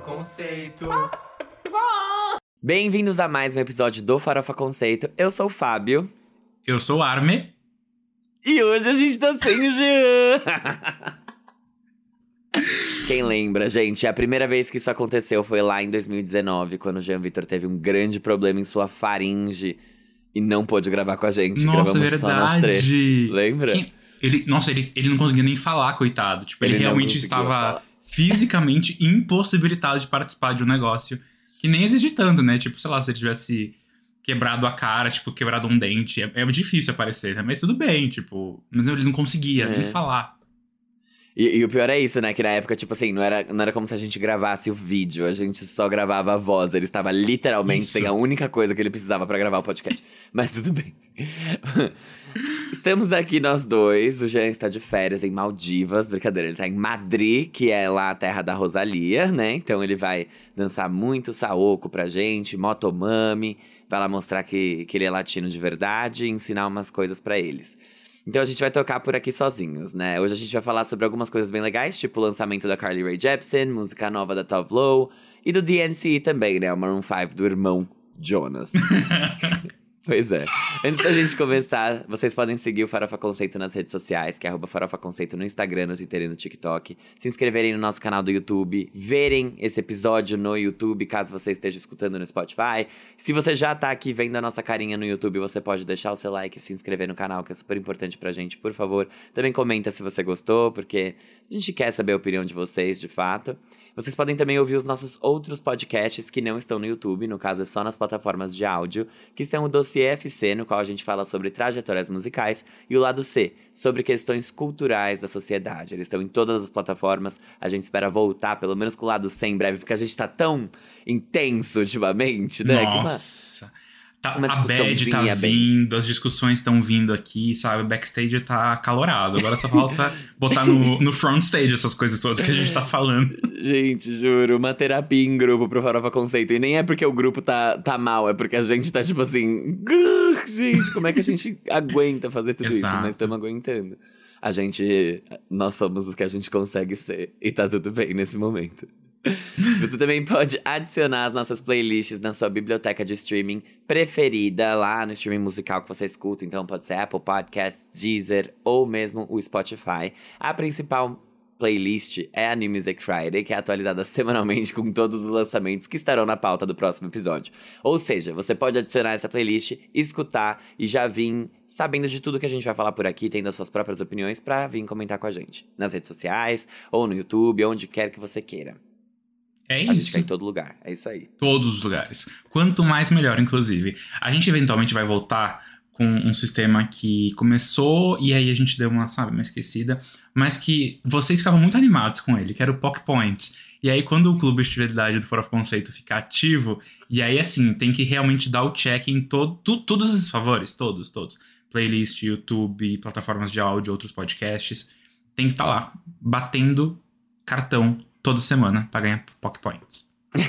Conceito. Bem-vindos a mais um episódio do Farofa Conceito. Eu sou o Fábio. Eu sou o Arme. E hoje a gente tá sem o Jean. Quem lembra, gente, a primeira vez que isso aconteceu foi lá em 2019, quando o Jean Vitor teve um grande problema em sua faringe e não pôde gravar com a gente. Nossa, Gravamos verdade. só nós três. Lembra? Ele não conseguia nem falar, coitado. Tipo, ele realmente estava falar. fisicamente impossibilitado de participar de um negócio que nem exige tanto, né? Tipo, sei lá, se ele tivesse quebrado a cara, tipo, quebrado um dente. É difícil aparecer, né? Mas tudo bem, tipo... Mas ele não conseguia nem falar. E o pior é isso, né? Que na época, tipo assim, não era como se a gente gravasse o vídeo. A gente só gravava a voz. Ele estava literalmente sem a única coisa que ele precisava pra gravar o podcast. Mas tudo bem. Estamos aqui nós dois. O Jean está de férias em Maldivas. Brincadeira, ele tá em Madrid, que é lá a terra da Rosalía, né? Então ele vai dançar muito saoco pra gente, motomami. Vai lá mostrar que ele é latino de verdade e ensinar umas coisas pra eles. Então a gente vai tocar por aqui sozinhos, né? Hoje a gente vai falar sobre algumas coisas bem legais, tipo o lançamento da Carly Rae Jepsen, música nova da Tove Lo, e do DNC também, né? O Maroon 5 do irmão Jonas. Pois é. Antes da gente começar, vocês podem seguir o Farofa Conceito nas redes sociais, que é @farofaconceito no Instagram, no Twitter e no TikTok. Se inscreverem no nosso canal do YouTube, verem esse episódio no YouTube, caso você esteja escutando no Spotify. Se você já tá aqui vendo a nossa carinha no YouTube, você pode deixar o seu like e se inscrever no canal, que é super importante pra gente, por favor. Também comenta se você gostou, porque a gente quer saber a opinião de vocês, de fato. Vocês podem também ouvir os nossos outros podcasts que não estão no YouTube, no caso é só nas plataformas de áudio, que são o Dossiê FC, no qual a gente fala sobre trajetórias musicais, e o Lado C, sobre questões culturais da sociedade. Eles estão em todas as plataformas, a gente espera voltar, pelo menos com o Lado C em breve, porque a gente tá tão intenso ultimamente, né? Nossa. A bad tá discussãozinha vindo, as discussões estão vindo aqui, sabe? O backstage tá acalorado. Agora só falta botar no front stage essas coisas todas que a gente tá falando. Gente, juro, uma terapia em grupo pro Farofa Conceito. E nem é porque o grupo tá mal, é porque a gente tá tipo assim... Gente, como é que a gente aguenta fazer tudo isso? Mas estamos aguentando. Nós somos o que a gente consegue ser. E tá tudo bem nesse momento. Você também pode adicionar as nossas playlists na sua biblioteca de streaming preferida, lá no streaming musical que você escuta. Então pode ser Apple Podcasts, Deezer ou mesmo o Spotify. A principal playlist é a New Music Friday, que é atualizada semanalmente com todos os lançamentos que estarão na pauta do próximo episódio. Ou seja, você pode adicionar essa playlist, escutar e já vir sabendo de tudo que a gente vai falar por aqui, tendo as suas próprias opiniões pra vir comentar com a gente. Nas redes sociais, ou no YouTube, onde quer que você queira. É isso. A gente tá em todo lugar, é isso aí. Todos os lugares. Quanto mais, melhor, inclusive. A gente eventualmente vai voltar com um sistema que começou e aí a gente deu uma esquecida, mas que vocês ficavam muito animados com ele, que era o Pock Points. E aí quando o Clube de Fidelidade do Farofa Conceito ficar ativo, e aí assim, tem que realmente dar o check em todos os favores, todos. Playlist, YouTube, plataformas de áudio, outros podcasts. Tem que estar lá, batendo cartão toda semana pra ganhar Pock Points.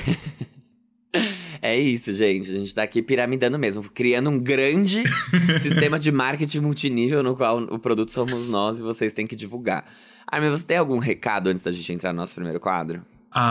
É isso, gente. A gente tá aqui piramidando mesmo, criando um grande sistema de marketing multinível no qual o produto somos nós e vocês têm que divulgar. Armin, você tem algum recado antes da gente entrar no nosso primeiro quadro?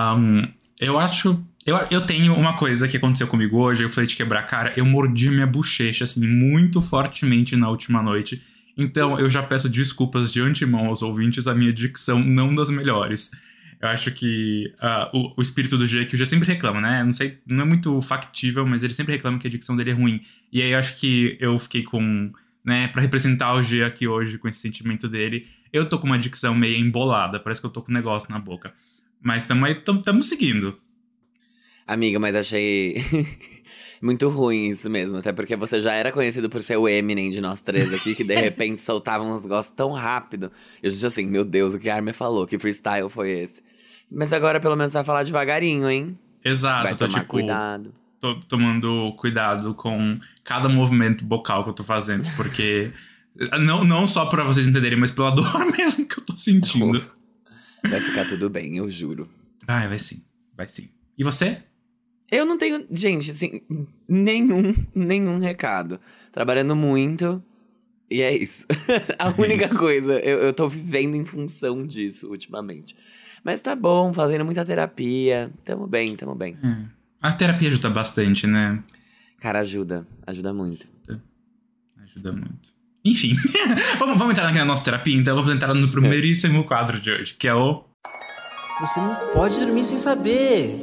Eu tenho uma coisa que aconteceu comigo hoje. Eu falei de quebrar a cara. Eu mordi a minha bochecha, assim, muito fortemente na última noite. Então, eu já peço desculpas de antemão aos ouvintes. A minha dicção não das melhores. Eu acho que o espírito do G, que o G sempre reclama, né? Não sei, não é muito factível, mas ele sempre reclama que a dicção dele é ruim. E aí eu acho que eu fiquei com, né, pra representar o G aqui hoje com esse sentimento dele, eu tô com uma dicção meio embolada, parece que eu tô com um negócio na boca. Mas tamo seguindo. Amiga, mas achei muito ruim isso mesmo, até porque você já era conhecido por ser o Eminem de nós três aqui, que de repente soltava uns negócios tão rápido. E a gente assim, meu Deus, o que a Armin falou? Que freestyle foi esse? Mas agora pelo menos vai falar devagarinho, hein? Exato, vai tomar cuidado. Tô tomando cuidado com cada movimento vocal que eu tô fazendo, porque não só pra vocês entenderem, mas pela dor mesmo que eu tô sentindo. Vai ficar tudo bem, eu juro. Vai sim. E você? Eu não tenho, gente, assim, nenhum recado. Trabalhando muito E é isso. A única coisa. Eu tô vivendo em função disso ultimamente. Mas tá bom, fazendo muita terapia. Tamo bem, tamo bem. A terapia ajuda bastante, né? Cara, ajuda. Ajuda muito. Ajuda muito. Enfim, vamos entrar aqui na nossa terapia, então vamos entrar no primeiríssimo quadro de hoje, que é o... Você não pode dormir sem saber.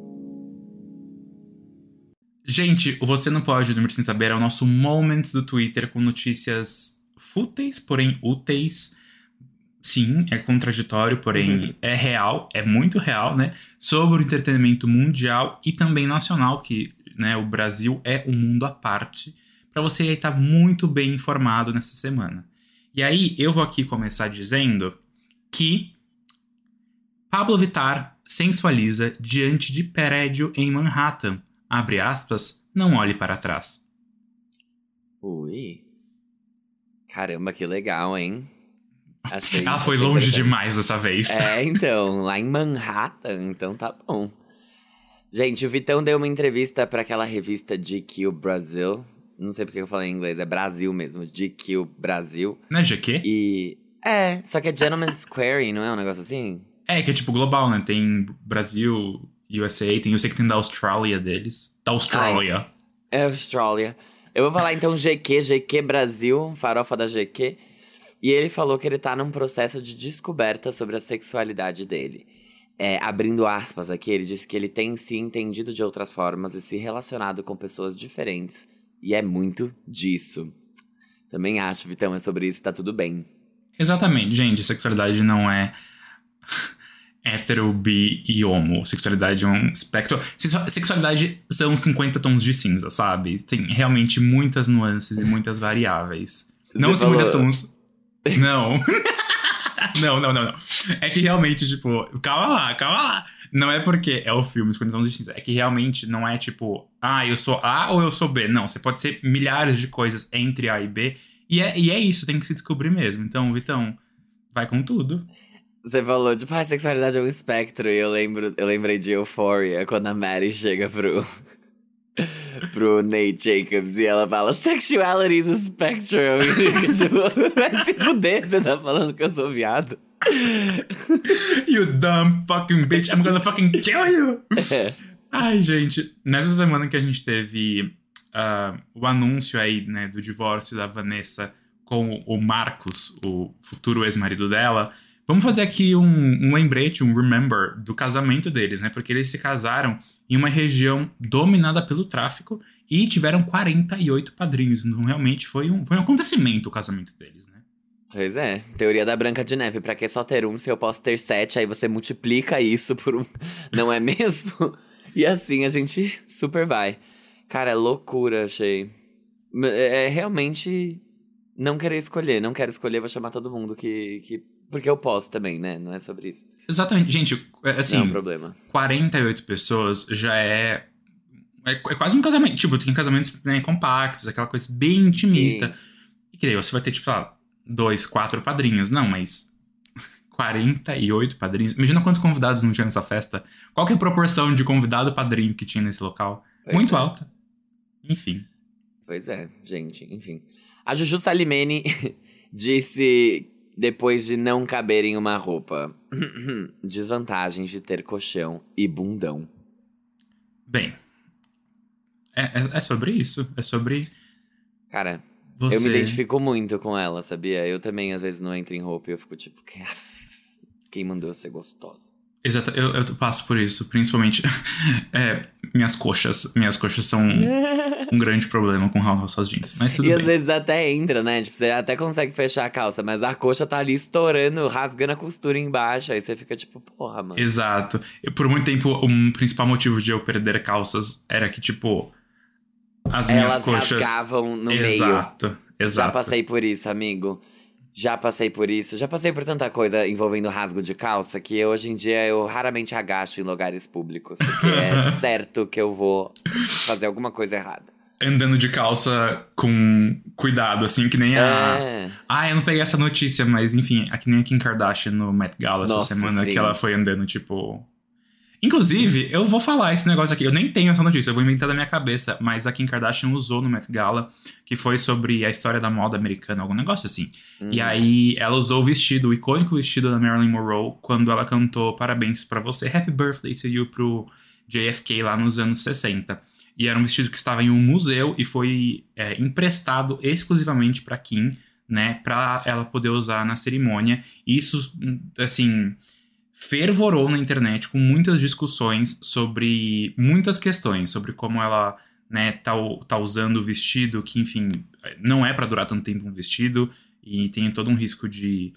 Gente, o Você Não Pode Dormir Sem Saber é o nosso Moments do Twitter com notícias fúteis, porém úteis. Sim, é contraditório, porém é real, é muito real, né? Sobre o entretenimento mundial e também nacional, que, né, o Brasil é um mundo à parte, para você estar muito bem informado nessa semana. E aí, eu vou aqui começar dizendo que Pablo Vittar sensualiza diante de prédio em Manhattan. Abre aspas, não olhe para trás. Ui. Caramba, que legal, hein? Ela foi longe demais dessa vez. Então, lá em Manhattan, então tá bom. Gente, o Vitão deu uma entrevista pra aquela revista GQ Brasil. Não sei porque eu falei em inglês, é Brasil mesmo, GQ Brasil. Não é GQ? Só que é Gentleman's Query, não é um negócio assim? Que é tipo global, né? Tem Brasil, USA, eu sei que tem da Austrália deles. Da Austrália. É Austrália. Eu vou falar então GQ Brasil, farofa da GQ. E ele falou que ele tá num processo de descoberta sobre a sexualidade dele. Abrindo aspas aqui, ele disse que ele tem se entendido de outras formas e se relacionado com pessoas diferentes. E é muito disso. Também acho, Vitão, é sobre isso, tá tudo bem. Exatamente, gente. Sexualidade não é hétero, bi e homo. Sexualidade é um espectro. Sexualidade são 50 tons de cinza, sabe? Tem realmente muitas nuances e muitas variáveis. Não 50 tons. Não. Não. É que realmente, tipo, calma lá. Não é porque é o filme 50 tons de cinza. É que realmente não é tipo, eu sou A ou eu sou B. Não, você pode ser milhares de coisas entre A e B. E é isso, tem que se descobrir mesmo. Então, Vitão, vai com tudo. Você falou, tipo, a sexualidade é um espectro. E eu lembrei de Euphoria, quando a Maddie chega pro Nate Jacobs e ela fala, sexuality is a spectrum. E, tipo, vai se fuder, você tá falando que eu sou viado. You dumb fucking bitch, I'm gonna fucking kill you. Ai, gente, nessa semana que a gente teve o anúncio aí, né, do divórcio da Vanessa com o Marcos, o futuro ex-marido dela, vamos fazer aqui um lembrete, um remember do casamento deles, né? Porque eles se casaram em uma região dominada pelo tráfico e tiveram 48 padrinhos. Então, realmente foi um acontecimento o casamento deles, né? Pois é, teoria da Branca de Neve. Pra que só ter um se eu posso ter 7? Aí você multiplica isso por um, não é mesmo? E assim a gente super vai. Cara, é loucura, achei. É realmente não querer escolher. Não quero escolher, vou chamar todo mundo que... Porque eu posso também, né? Não é sobre isso. Exatamente. Gente, assim... Não é um problema. 48 pessoas já é quase um casamento. Tipo, tem casamentos, né, compactos, aquela coisa bem intimista. Sim. E que daí você vai ter, tipo, sei lá, 2, 4 padrinhos. Não, mas 48 padrinhos. Imagina quantos convidados não tinha nessa festa. Qual que é a proporção de convidado padrinho que tinha nesse local? Muito alta. Enfim. Pois é, gente. Enfim. A Juju Salimene disse... Depois de não caber em uma roupa. Desvantagens de ter colchão e bundão. Bem, é sobre isso. É sobre... Cara, eu me identifico muito com ela, sabia? Eu também, às vezes, não entro em roupa e eu fico tipo... Quem mandou eu ser gostosa? Exato, eu passo por isso. Principalmente minhas coxas. Minhas coxas são um grande problema com calças jeans. Mas tudo bem. E às vezes até entra, né? Tipo, você até consegue fechar a calça, mas a coxa tá ali estourando, rasgando a costura embaixo. Aí você fica tipo, porra, mano. Exato. Por muito tempo, o principal motivo de eu perder calças era que, tipo, as minhas coxas... Elas rasgavam no meio. Exato. Já passei por isso, amigo. Já passei por isso. Já passei por tanta coisa envolvendo rasgo de calça que hoje em dia eu raramente agacho em lugares públicos. Porque é certo que eu vou fazer alguma coisa errada. Andando de calça com cuidado, assim, que nem eu não peguei essa notícia, mas enfim, que nem a Kim Kardashian no Met Gala essa semana, sim. Que ela foi andando, tipo... Inclusive, eu vou falar esse negócio aqui. Eu nem tenho essa notícia, eu vou inventar da minha cabeça. Mas a Kim Kardashian usou no Met Gala, que foi sobre a história da moda americana, algum negócio assim. E aí, ela usou o vestido, o icônico vestido da Marilyn Monroe, quando ela cantou Parabéns pra Você, Happy Birthday to You, pro JFK lá nos anos 60. E era um vestido que estava em um museu e foi emprestado exclusivamente pra Kim, né? Pra ela poder usar na cerimônia. Isso, assim, fervorou na internet com muitas discussões sobre muitas questões, sobre como ela, né, tá usando o vestido, que, enfim, não é pra durar tanto tempo um vestido, e tem todo um risco de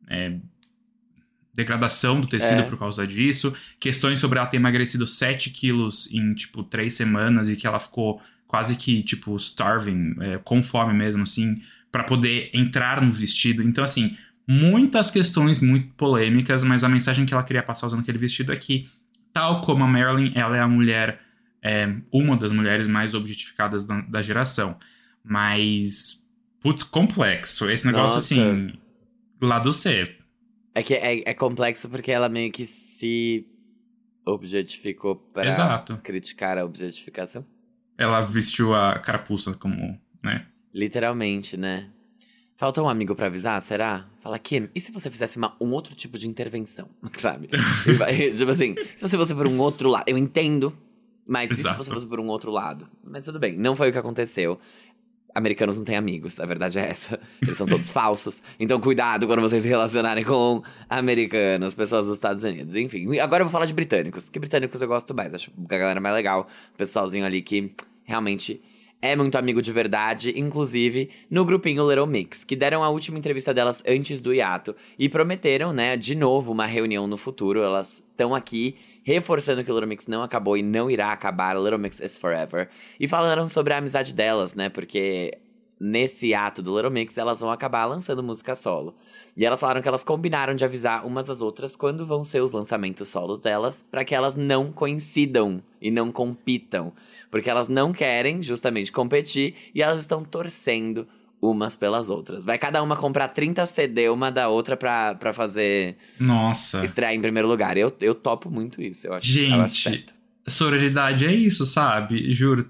degradação do tecido por causa disso. Questões sobre ela ter emagrecido 7 quilos em, tipo, 3 semanas, e que ela ficou quase que, tipo, starving, com fome mesmo, assim, pra poder entrar no vestido. Então, assim, muitas questões muito polêmicas, mas a mensagem que ela queria passar usando aquele vestido é que, tal como a Marilyn, ela é a mulher, uma das mulheres mais objetificadas da geração. Mas, putz, complexo. Esse negócio, assim, lado C. É que é complexo porque ela meio que se objetificou pra Exato. criticar a objetificação. Ela vestiu a carapuça como, né? Literalmente, né? Falta um amigo pra avisar, será? Fala, Kim, e se você fizesse um outro tipo de intervenção, sabe? Tipo assim, se você fosse por um outro lado, eu entendo, mas Exato. e se você fosse por um outro lado? Mas tudo bem, não foi o que aconteceu. Americanos não têm amigos, a verdade é essa. Eles são todos falsos. Então cuidado quando vocês se relacionarem com americanos, pessoas dos Estados Unidos. Enfim, agora eu vou falar de britânicos. Que britânicos eu gosto mais, acho que a galera é mais legal. O pessoalzinho ali que realmente é muito amigo de verdade, inclusive no grupinho Little Mix, que deram a última entrevista delas antes do hiato e prometeram, né, de novo uma reunião no futuro. Elas estão aqui reforçando que o Little Mix não acabou e não irá acabar. Little Mix is forever. E falaram sobre a amizade delas, né, porque nesse ato do Little Mix elas vão acabar lançando música solo. E elas falaram que elas combinaram de avisar umas às outras quando vão ser os lançamentos solos delas, pra que elas não coincidam e não compitam. Porque elas não querem, justamente, competir e elas estão torcendo umas pelas outras. Vai cada uma comprar 30 CD uma da outra pra fazer... Nossa. Estrear em primeiro lugar. Eu topo muito isso, eu acho. Gente, eu acho certo. Sororidade é isso, sabe? Juro.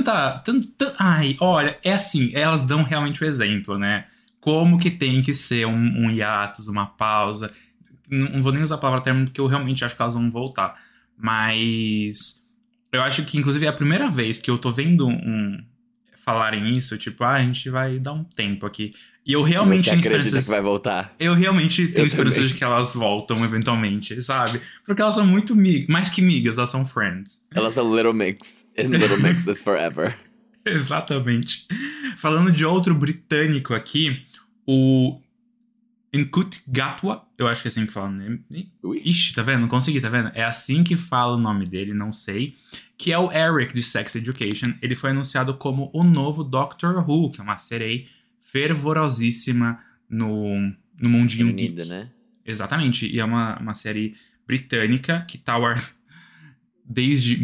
Ai, olha, é assim, elas dão realmente o exemplo, né? Como que tem que ser um hiatus, uma pausa. Não vou nem usar a palavra termo, porque eu realmente acho que elas vão voltar. Mas eu acho que, inclusive, é a primeira vez que eu tô vendo falarem isso, tipo, a gente vai dar um tempo aqui. E eu realmente tenho esperança que vai voltar. Eu realmente tenho esperança também. de que elas voltam eventualmente, sabe? Porque elas são muito mais que migas, elas são friends. Elas são Little Mix. And Little Mix is forever. Exatamente. Falando de outro britânico aqui, o Nkut Gatwa, eu acho que é assim que fala o nome. Ixi, tá vendo? Não consegui, tá vendo? É assim que fala o nome dele, não sei. Que é o Eric de Sex Education. Ele foi anunciado como o novo Doctor Who, que é uma série fervorosíssima no mundinho Unida, geek. né? Exatamente. E é uma série britânica que tá desde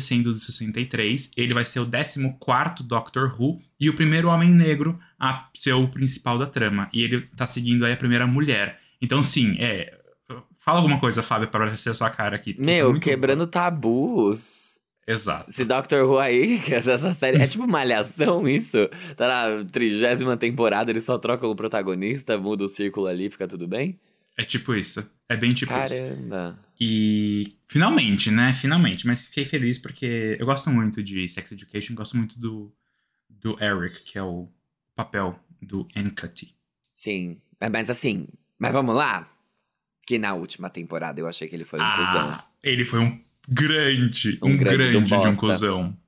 1963. Ele vai ser o 14º Doctor Who e o primeiro homem negro a ser o principal da trama. E ele tá seguindo aí a primeira mulher. Então, sim, fala alguma coisa, Fábio, para ser a sua cara aqui. Meu, quebrando tabus. Exato. Esse Doctor Who aí, essa série, é tipo Malhação isso? Tá na 30ª temporada, eles só trocam o protagonista, muda o círculo ali, fica tudo bem? É tipo isso. É bem tipo isso. Caramba. E finalmente, né? Finalmente. Mas fiquei feliz porque eu gosto muito de Sex Education, gosto muito do Eric, que é o papel do Nkut. Sim, mas assim, mas vamos lá? Que na última temporada eu achei que ele foi um cuzão. Ele foi um grande grande de um cuzão.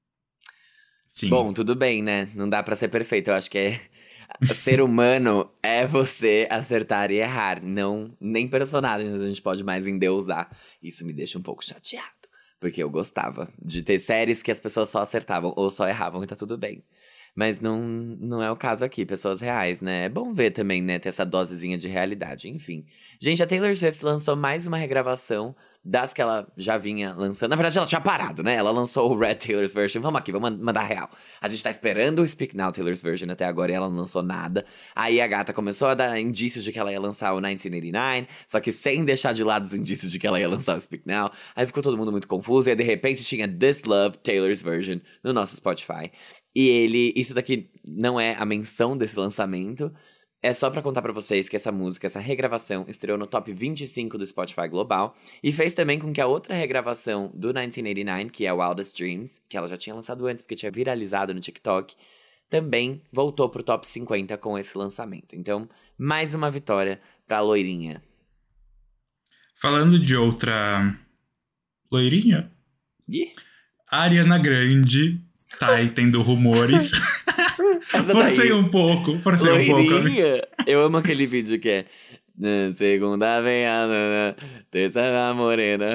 Sim. Bom, tudo bem, né? Não dá pra ser perfeito. Eu acho que ser humano é você acertar e errar. Não, nem personagens a gente pode mais endeusar. Isso me deixa um pouco chateado. Porque eu gostava de ter séries que as pessoas só acertavam ou só erravam e tá tudo bem. Mas não é o caso aqui, pessoas reais, né? É bom ver também, né, ter essa dosezinha de realidade, enfim. Gente, a Taylor Swift lançou mais uma regravação das que ela já vinha lançando. Na verdade, ela tinha parado, né? Ela lançou o Red Taylor's Version. Vamos aqui, vamos mandar real. A gente tá esperando o Speak Now Taylor's Version até agora e ela não lançou nada. Aí a gata começou a dar indícios de que ela ia lançar o 1989, só que sem deixar de lado os indícios de que ela ia lançar o Speak Now. Aí ficou todo mundo muito confuso e aí, de repente tinha This Love Taylor's Version no nosso Spotify. E isso daqui não é a menção desse lançamento. É só pra contar pra vocês que essa música, essa regravação, estreou no top 25 do Spotify Global. E fez também com que a outra regravação do 1989, que é Wildest Dreams, que ela já tinha lançado antes porque tinha viralizado no TikTok, também voltou pro top 50 com esse lançamento. Então, mais uma vitória pra loirinha. Falando de outra loirinha, Ih, a Ariana Grande tá aí tendo rumores. Forcei um pouco. Loirinha. Eu amo aquele vídeo que é segunda vem a Nana, terça a morena,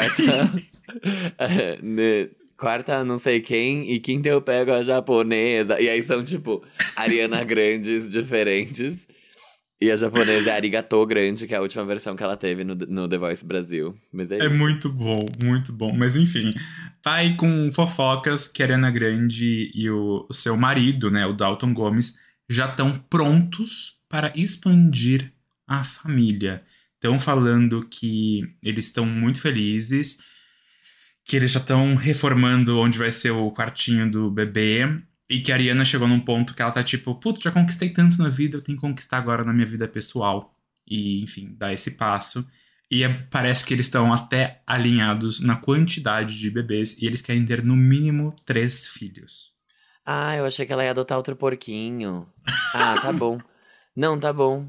quarta não sei quem e quinta eu pego a japonesa. E aí são tipo Ariana Grandes diferentes. E a japonesa é a Arigato Grande, que é a última versão que ela teve no The Voice Brasil. Mas é isso. Muito bom, muito bom. Mas enfim, tá aí com fofocas que a Ariana Grande e o seu marido, né, o Dalton Gomes, já estão prontos para expandir a família. Estão falando que eles estão muito felizes, que eles já estão reformando onde vai ser o quartinho do bebê. E que a Ariana chegou num ponto que ela tá tipo, putz, já conquistei tanto na vida, eu tenho que conquistar agora na minha vida pessoal. E, enfim, dar esse passo. E parece que eles estão até alinhados na quantidade de bebês. E eles querem ter, no mínimo, 3 filhos. Ah, eu achei que ela ia adotar outro porquinho. Ah, tá bom. Não, tá bom.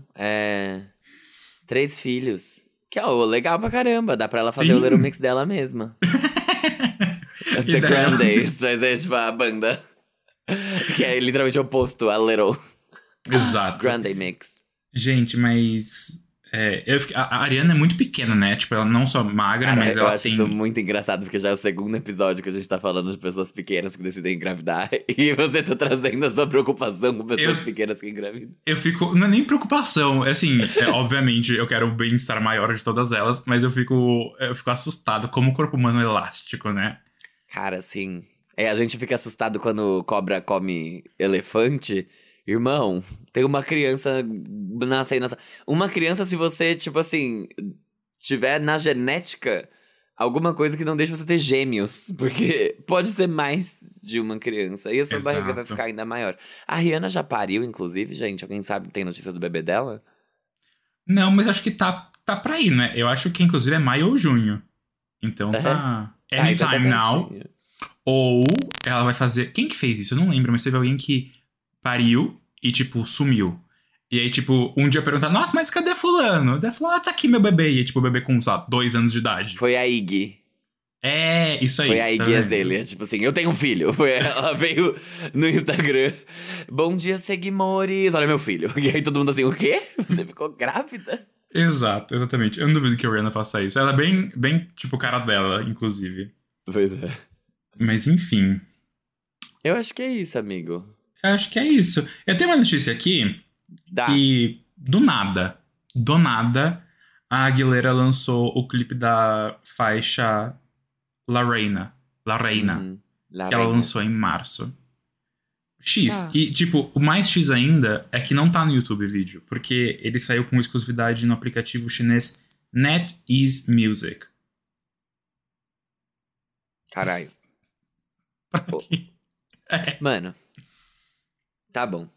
3 filhos. Que é legal pra caramba. Dá pra ela fazer o Little Mix dela mesma. The Grandays. Vai ser tipo a banda. Que é literalmente o oposto a Little. Exato. Grande Mix. Gente, mas... a Ariana é muito pequena, né? Tipo, ela não só magra, Cara, mas ela eu acho isso muito engraçado, porque já é o segundo episódio que a gente tá falando de pessoas pequenas que decidem engravidar. E você tá trazendo a sua preocupação com pessoas pequenas que engravidam. Eu fico... Não é nem preocupação. Assim, obviamente, eu quero o bem-estar maior de todas elas, mas eu fico assustado como o corpo humano é elástico, né? Cara, assim... a gente fica assustado quando cobra come elefante. Irmão, tem uma criança nascendo. Uma criança, se você, tipo assim, tiver na genética alguma coisa que não deixa você ter gêmeos. Porque pode ser mais de uma criança. E a sua barriga vai ficar ainda maior. A Rihanna já pariu, inclusive, gente. Alguém sabe, tem notícias do bebê dela? Não, mas acho que tá pra ir, né? Eu acho que, inclusive, é maio ou junho. Então tá... Anytime now. Ou ela vai fazer... Quem que fez isso? Eu não lembro, mas teve alguém que pariu e, tipo, sumiu. E aí, tipo, um dia perguntar, nossa, mas cadê fulano? Daí falou, tá aqui meu bebê. E aí, tipo, o bebê com, sei lá, 2 anos de idade. Foi a Iggy. Isso aí. Foi a Iggy Azalea. Tipo assim, eu tenho um filho. Ela veio no Instagram. Bom dia, seguimores. Olha meu filho. E aí todo mundo assim, o quê? Você ficou grávida? Exato, exatamente. Eu não duvido que a Rihanna faça isso. Ela é bem, tipo, cara dela, inclusive. Pois é. Mas, enfim. Eu acho que é isso, amigo. Eu acho que é isso. Eu tenho uma notícia aqui que, do nada, a Aguilera lançou o clipe da faixa La Reina. Que ela lançou em março. X. E, tipo, o mais X ainda é que não tá no YouTube vídeo, porque ele saiu com exclusividade no aplicativo chinês NetEase Music. Caralho. Mano, tá bom.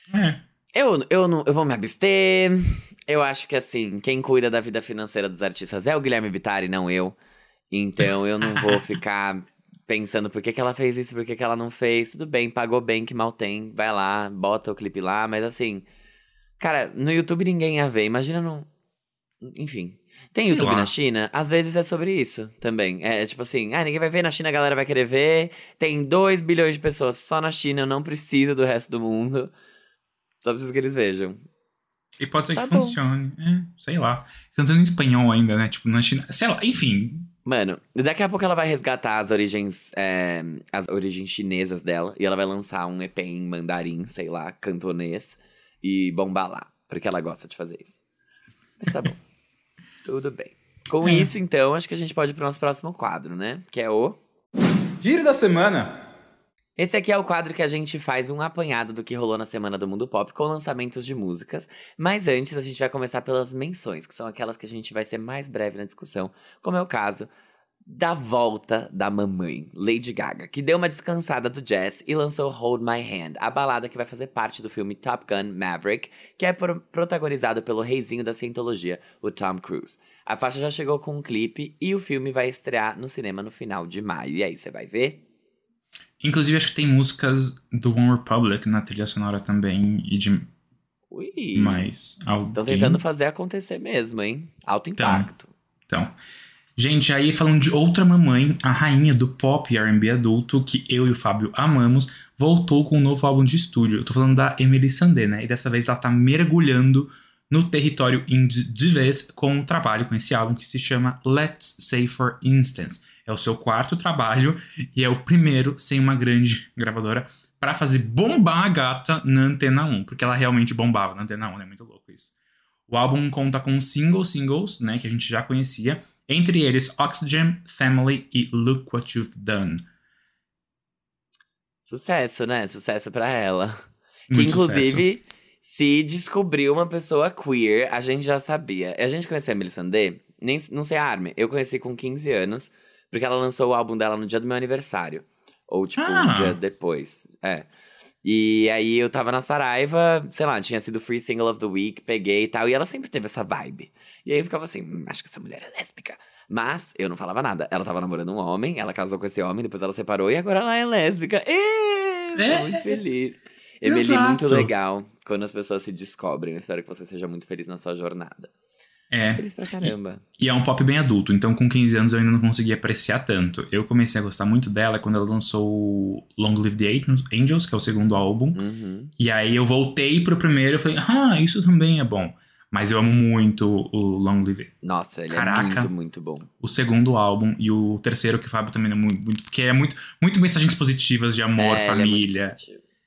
Eu vou me abster. Eu acho que, assim, quem cuida da vida financeira dos artistas é o Guilherme Bittari, não eu. Então eu não vou ficar pensando por que ela fez isso, por que ela não fez. Tudo bem, pagou bem, que mal tem. Vai lá, bota o clipe lá. Mas, assim, cara, no YouTube ninguém ia ver. Imagina no... Enfim... Tem YouTube na China? Às vezes é sobre isso também. É tipo assim, ninguém vai ver, na China a galera vai querer ver. Tem 2 bilhões de pessoas só na China, eu não preciso do resto do mundo. Só preciso que eles vejam. E pode ser que funcione. Sei lá. Cantando em espanhol ainda, né? Tipo, na China. Sei lá, enfim. Mano, daqui a pouco ela vai resgatar as origens chinesas dela. E ela vai lançar um EP em mandarim, sei lá, cantonês. E bombar lá. Porque ela gosta de fazer isso. Mas tá bom. Tudo bem. Com isso, então, acho que a gente pode ir pro nosso próximo quadro, né? Que é o... Giro da semana. Esse aqui é o quadro que a gente faz um apanhado do que rolou na Semana do Mundo Pop com lançamentos de músicas. Mas antes, a gente vai começar pelas menções, que são aquelas que a gente vai ser mais breve na discussão, como é o caso da volta da mamãe, Lady Gaga, que deu uma descansada do jazz e lançou Hold My Hand, a balada que vai fazer parte do filme Top Gun Maverick, que é protagonizado pelo reizinho da cientologia, o Tom Cruise. A faixa já chegou com um clipe e o filme vai estrear no cinema no final de maio. E aí, você vai ver? Inclusive, acho que tem músicas do One Republic na trilha sonora também e de Ui! mais alguém. Estão tentando fazer acontecer mesmo, hein? Alto impacto. Então, gente, aí falando de outra mamãe, a rainha do pop e R&B adulto, que eu e o Fábio amamos, voltou com um novo álbum de estúdio. Eu tô falando da Emily Sandé, né? E dessa vez ela tá mergulhando no território indie de vez com um trabalho com esse álbum que se chama Let's Say For Instance. É o seu quarto trabalho e é o primeiro sem uma grande gravadora pra fazer bombar a gata na Antena 1, porque ela realmente bombava na Antena 1, né? Muito louco isso. O álbum conta com singles, né, que a gente já conhecia, entre eles Oxygen, Family e Look What You've Done. Sucesso, né? Sucesso pra ela. Muito que, inclusive, sucesso. se descobriu uma pessoa queer, a gente já sabia. A gente conhecia a Emily Sandé, não sei a Armin, eu conheci com 15 anos, porque ela lançou o álbum dela no dia do meu aniversário. Ou, tipo, um dia depois. E aí eu tava na Saraiva, sei lá, tinha sido Free Single of the Week, peguei e tal. E ela sempre teve essa vibe. E aí eu ficava assim, acho que essa mulher é lésbica. Mas eu não falava nada. Ela tava namorando um homem, ela casou com esse homem, depois ela separou e agora ela é lésbica. Tô muito feliz. Emily, muito legal quando as pessoas se descobrem. Eu espero que você seja muito feliz na sua jornada. Feliz pra caramba. E é um pop bem adulto, então com 15 anos eu ainda não conseguia apreciar tanto. Eu comecei a gostar muito dela quando ela lançou o Long Live the Angels, que é o segundo álbum. E aí eu voltei pro primeiro e falei, isso também é bom. Mas eu amo muito o Long Live. Nossa, ele é muito, muito bom. O segundo álbum e o terceiro, que o Fábio também é muito, porque é muito mensagens positivas de amor, família.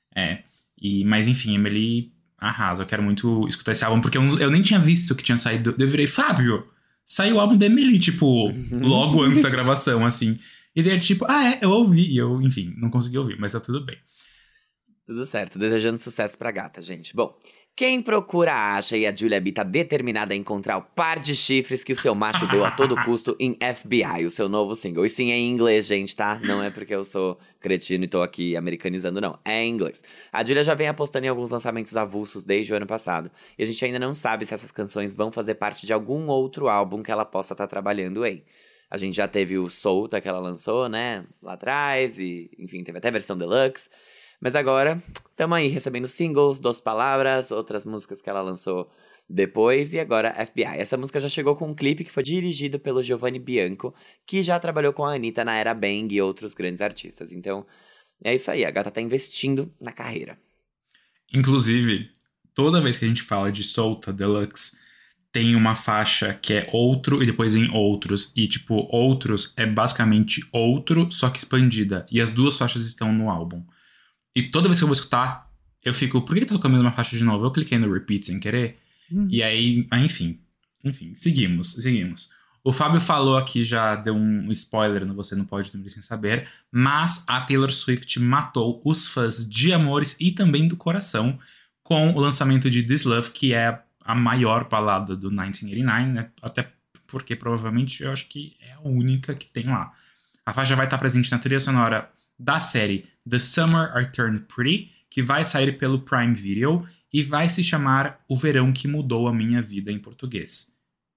Mas enfim, Emily arrasa. Eu quero muito escutar esse álbum, porque eu nem tinha visto que tinha saído. Eu virei, Fábio, saiu o álbum da Emily, tipo, logo antes da gravação, assim. E daí, tipo, eu ouvi. E eu, enfim, não consegui ouvir, mas tá tudo bem. Tudo certo, desejando sucesso pra gata, gente. Bom, quem procura acha e a Julia B tá determinada a encontrar o par de chifres que o seu macho deu a todo custo em FBI, o seu novo single. E sim, é em inglês, gente, tá? Não é porque eu sou cretino e tô aqui americanizando, não. É em inglês. A Julia já vem apostando em alguns lançamentos avulsos desde o ano passado. E a gente ainda não sabe se essas canções vão fazer parte de algum outro álbum que ela possa estar trabalhando em. A gente já teve o Solta que ela lançou, né? Lá atrás, e enfim, teve até a versão deluxe. Mas agora, estamos aí recebendo singles, 2 palavras, outras músicas que ela lançou depois. E agora, FBI. Essa música já chegou com um clipe que foi dirigido pelo Giovanni Bianco, que já trabalhou com a Anitta na era Bang e outros grandes artistas. Então, é isso aí. A gata tá investindo na carreira. Inclusive, toda vez que a gente fala de Solta Deluxe, tem uma faixa que é outro e depois vem outros. E, tipo, outros é basicamente outro, só que expandida. E as 2 faixas estão no álbum. E toda vez que eu vou escutar, eu fico, por que tá tocando a mesma faixa de novo? Eu cliquei no repeat sem querer. E aí, enfim, seguimos. O Fábio falou aqui, já deu um spoiler no Você Não Pode Dormir Sem Saber, mas a Taylor Swift matou os fãs de amores e também do coração com o lançamento de This Love, que é a maior balada do 1989, né? Até porque provavelmente eu acho que é a única que tem lá. A faixa vai estar presente na trilha sonora da série The Summer I Turned Pretty, que vai sair pelo Prime Video e vai se chamar O Verão que Mudou a Minha Vida em português.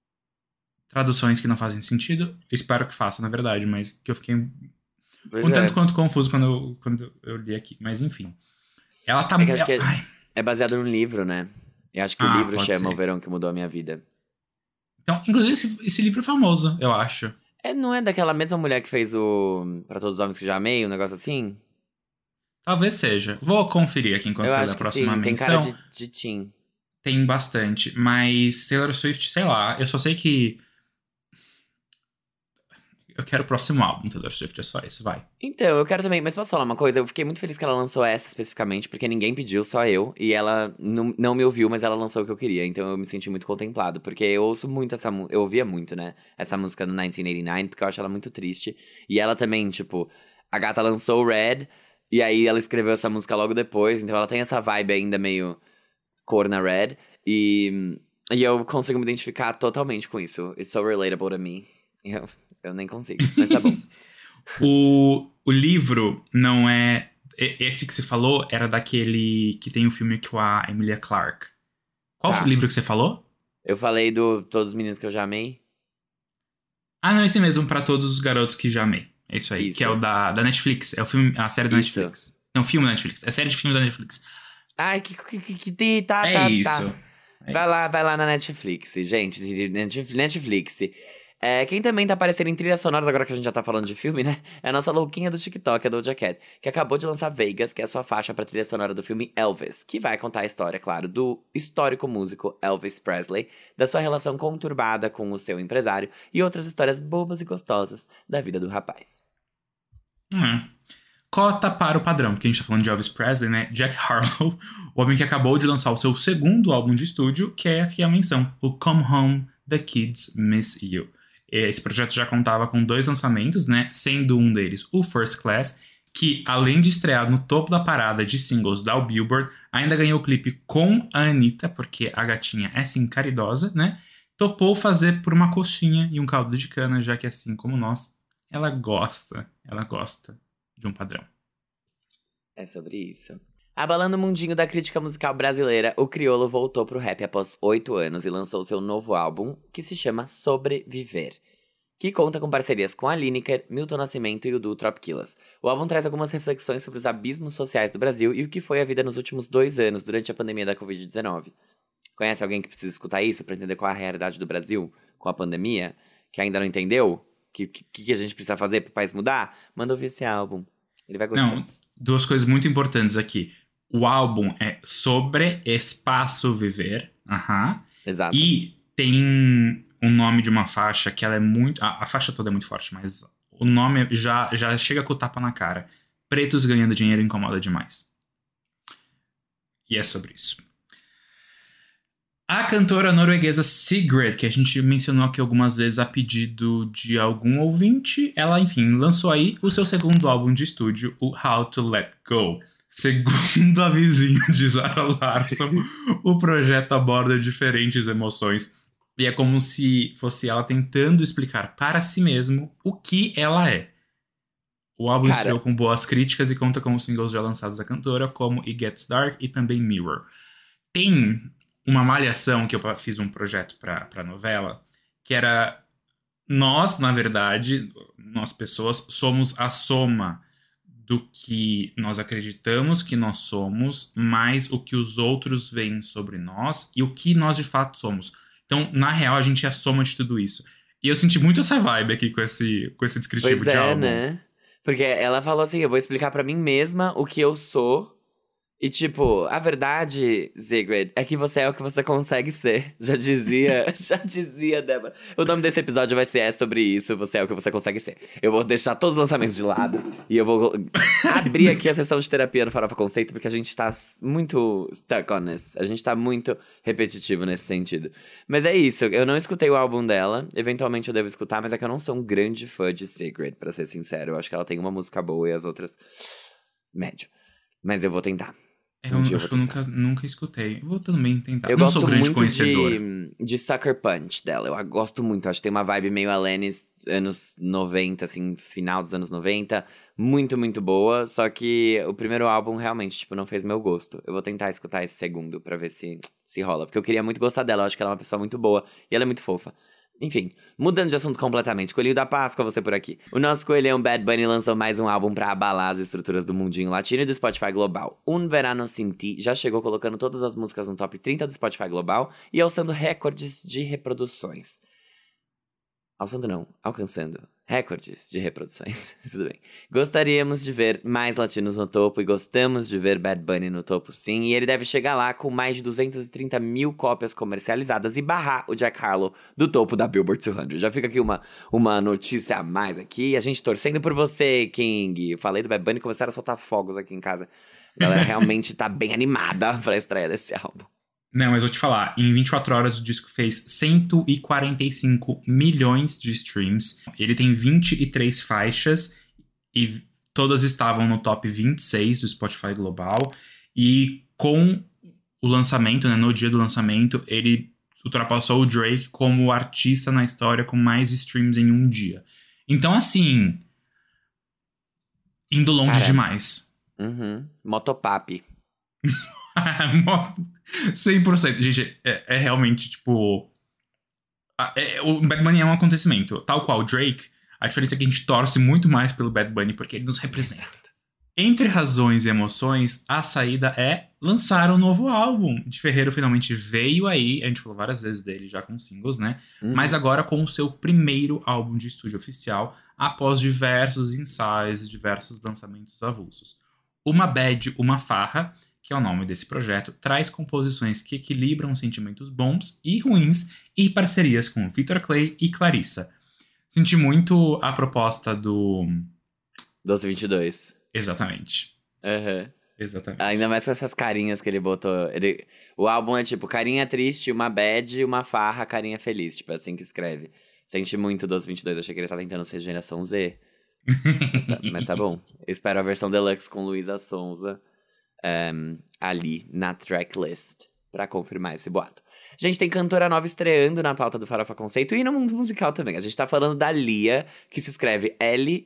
Traduções que não fazem sentido, espero que faça, na verdade, mas que eu fiquei tanto quanto confuso quando eu li aqui, mas enfim. Ela tá... acho que é baseado num livro, né? Eu acho que o livro chama ser. O Verão que Mudou a Minha Vida. Então, inclusive, esse livro é famoso, eu acho. Não é daquela mesma mulher que fez o Pra Todos os Homens que Já Amei, um negócio assim? Talvez seja. Vou conferir aqui enquanto eu ler a próxima menção. Tem cara de teen. Tem bastante, mas Taylor Swift, sei lá, eu só sei que... Eu quero o próximo álbum, Taylor Swift, é só isso, vai. Então, eu quero também, mas posso falar uma coisa? Eu fiquei muito feliz que ela lançou essa especificamente, porque ninguém pediu, só eu. E ela não me ouviu, mas ela lançou o que eu queria. Então eu me senti muito contemplado, porque eu ouço muito essa música. Eu ouvia muito, né? Essa música do 1989, porque eu acho ela muito triste. E ela também, tipo, a gata lançou o Red, e aí ela escreveu essa música logo depois. Então ela tem essa vibe ainda meio cor na Red. E eu consigo me identificar totalmente com isso. It's so relatable to me. Eu nem consigo, mas tá bom. O livro não é... Esse que você falou era daquele que tem o filme com a Emilia Clarke. Qual foi o livro que você falou? Eu falei do Todos os Meninos que eu já amei. Ah, não, esse mesmo, Pra Todos os Garotos que Já Amei. É isso aí, Isso. que é o da Netflix. É o filme, a série da Isso. Netflix. Não, filme da Netflix. É série de filme da Netflix. Ai, tá. É isso. Vai lá na Netflix, gente. Netflix. Quem também tá aparecendo em trilhas sonoras, agora que a gente já tá falando de filme, né? É a nossa louquinha do TikTok, a Doja Cat, que acabou de lançar Vegas, que é a sua faixa pra trilha sonora do filme Elvis, que vai contar a história, claro, do histórico músico Elvis Presley, da sua relação conturbada com o seu empresário e outras histórias bobas e gostosas da vida do rapaz. Cota para o padrão, porque a gente tá falando de Elvis Presley, né? Jack Harlow, o homem que acabou de lançar o seu segundo álbum de estúdio, que é aqui a menção, o Come Home, The Kids Miss You. Esse projeto já contava com 2 lançamentos, né? Sendo um deles o First Class, que além de estrear no topo da parada de singles da Billboard, ainda ganhou o clipe com a Anitta, porque a gatinha é sim caridosa, né? Topou fazer por uma coxinha e um caldo de cana, já que assim como nós, ela gosta de um padrão. É sobre isso. Abalando o mundinho da crítica musical brasileira, o Criolo voltou pro rap após 8 anos e lançou seu novo álbum, que se chama Sobreviver, que conta com parcerias com a Lineker, Milton Nascimento e o duo Tropquilas. O álbum traz algumas reflexões sobre os abismos sociais do Brasil e o que foi a vida nos últimos 2 anos, durante a pandemia da Covid-19. Conhece alguém que precisa escutar isso pra entender qual é a realidade do Brasil com a pandemia? Que ainda não entendeu? Que a gente precisa fazer pro país mudar? Manda ouvir esse álbum. Ele vai gostar. Não, 2 coisas muito importantes aqui. O álbum é sobre espaço viver. Exato. E tem o nome de uma faixa que ela é muito... A faixa toda é muito forte, mas o nome já chega com o tapa na cara. Pretos ganhando dinheiro incomoda demais. E é sobre isso. A cantora norueguesa Sigrid, que a gente mencionou aqui algumas vezes a pedido de algum ouvinte, ela, enfim, lançou aí o seu segundo álbum de estúdio, o How to Let Go. Segundo a vizinha de Zara Larsson, o projeto aborda diferentes emoções e é como se fosse ela tentando explicar para si mesmo o que ela é. O álbum estreou com boas críticas e conta com os singles já lançados da cantora, como It Gets Dark e também Mirror. Tem uma malhação que eu fiz um projeto pra novela, que era nós, na verdade, nós pessoas, somos a soma do que nós acreditamos que nós somos, mais o que os outros veem sobre nós e o que nós de fato somos. Então, na real, a gente é a soma de tudo isso. E eu senti muito essa vibe aqui com esse descritivo de álbum. Né? Porque ela falou assim, eu vou explicar pra mim mesma o que eu sou. E tipo, a verdade, Sigrid, é que você é o que você consegue ser. Já dizia, Débora. O nome desse episódio vai ser sobre isso, você é o que você consegue ser. Eu vou deixar todos os lançamentos de lado e eu vou abrir aqui a sessão de terapia no Farofa Conceito, porque a gente tá muito stuck on this. A gente tá muito repetitivo nesse sentido. Mas é isso, eu não escutei o álbum dela, eventualmente eu devo escutar, mas é que eu não sou um grande fã de Sigrid, pra ser sincero. Eu acho que ela tem uma música boa e as outras médio. Mas eu vou tentar. Eu acho que eu nunca escutei. Vou também tentar. Eu não gosto sou grande muito conhecedor. de Sucker Punch dela. Eu gosto muito. Acho que tem uma vibe meio Alanis, anos 90, assim, final dos anos 90. Muito, muito boa. Só que o primeiro álbum realmente, tipo, não fez meu gosto. Eu vou tentar escutar esse segundo pra ver se rola. Porque eu queria muito gostar dela. Eu acho que ela é uma pessoa muito boa. E ela é muito fofa. Enfim, mudando de assunto completamente, Coelhinho da Páscoa, você por aqui. O nosso coelhão Bad Bunny lançou mais um álbum pra abalar as estruturas do mundinho latino e do Spotify Global. Un Verano Sin Ti já chegou colocando todas as músicas no top 30 do Spotify Global e alçando recordes de reproduções. Alçando não, alcançando recordes de reproduções. Tudo bem. Gostaríamos de ver mais latinos no topo e gostamos de ver Bad Bunny no topo, sim. E ele deve chegar lá com mais de 230 mil cópias comercializadas e barrar o Jack Harlow do topo da Billboard 200. Já fica aqui uma notícia a mais aqui. A gente torcendo por você, King. Eu falei do Bad Bunny e começaram a soltar fogos aqui em casa. A galera realmente tá bem animada pra estreia desse álbum. Não, mas vou te falar, em 24 horas o disco fez 145 milhões de streams. Ele tem 23 faixas e todas estavam no top 26 do Spotify Global. E com o lançamento, né, no dia do lançamento, ele ultrapassou o Drake como artista na história com mais streams em um dia. Então, assim, indo longe demais. Motopap. 100%. Gente, é realmente, tipo... o Bad Bunny é um acontecimento. Tal qual o Drake, a diferença é que a gente torce muito mais pelo Bad Bunny porque ele nos representa. Entre razões e emoções, a saída é lançar um novo álbum. De Ferreiro finalmente veio aí, a gente falou várias vezes dele já com singles, né? Mas agora com o seu primeiro álbum de estúdio oficial, após diversos ensaios e diversos lançamentos avulsos. Uma Bad, Uma Farra, que é o nome desse projeto, traz composições que equilibram sentimentos bons e ruins e parcerias com Victor Clay e Clarissa. Senti muito a proposta do... Doce 22. Exatamente. Exatamente. Ainda mais com essas carinhas que ele botou. O álbum é tipo, carinha triste, uma bad, uma farra, carinha feliz. Tipo, é assim que escreve. Senti muito Doce 22, achei que ele tá tentando ser geração Z. mas tá bom. Eu espero a versão deluxe com Luísa Sonza. Ali na tracklist pra confirmar esse boato. Gente, tem cantora nova estreando na pauta do Farofa Conceito e no mundo musical também. A gente tá falando da Lia, que se escreve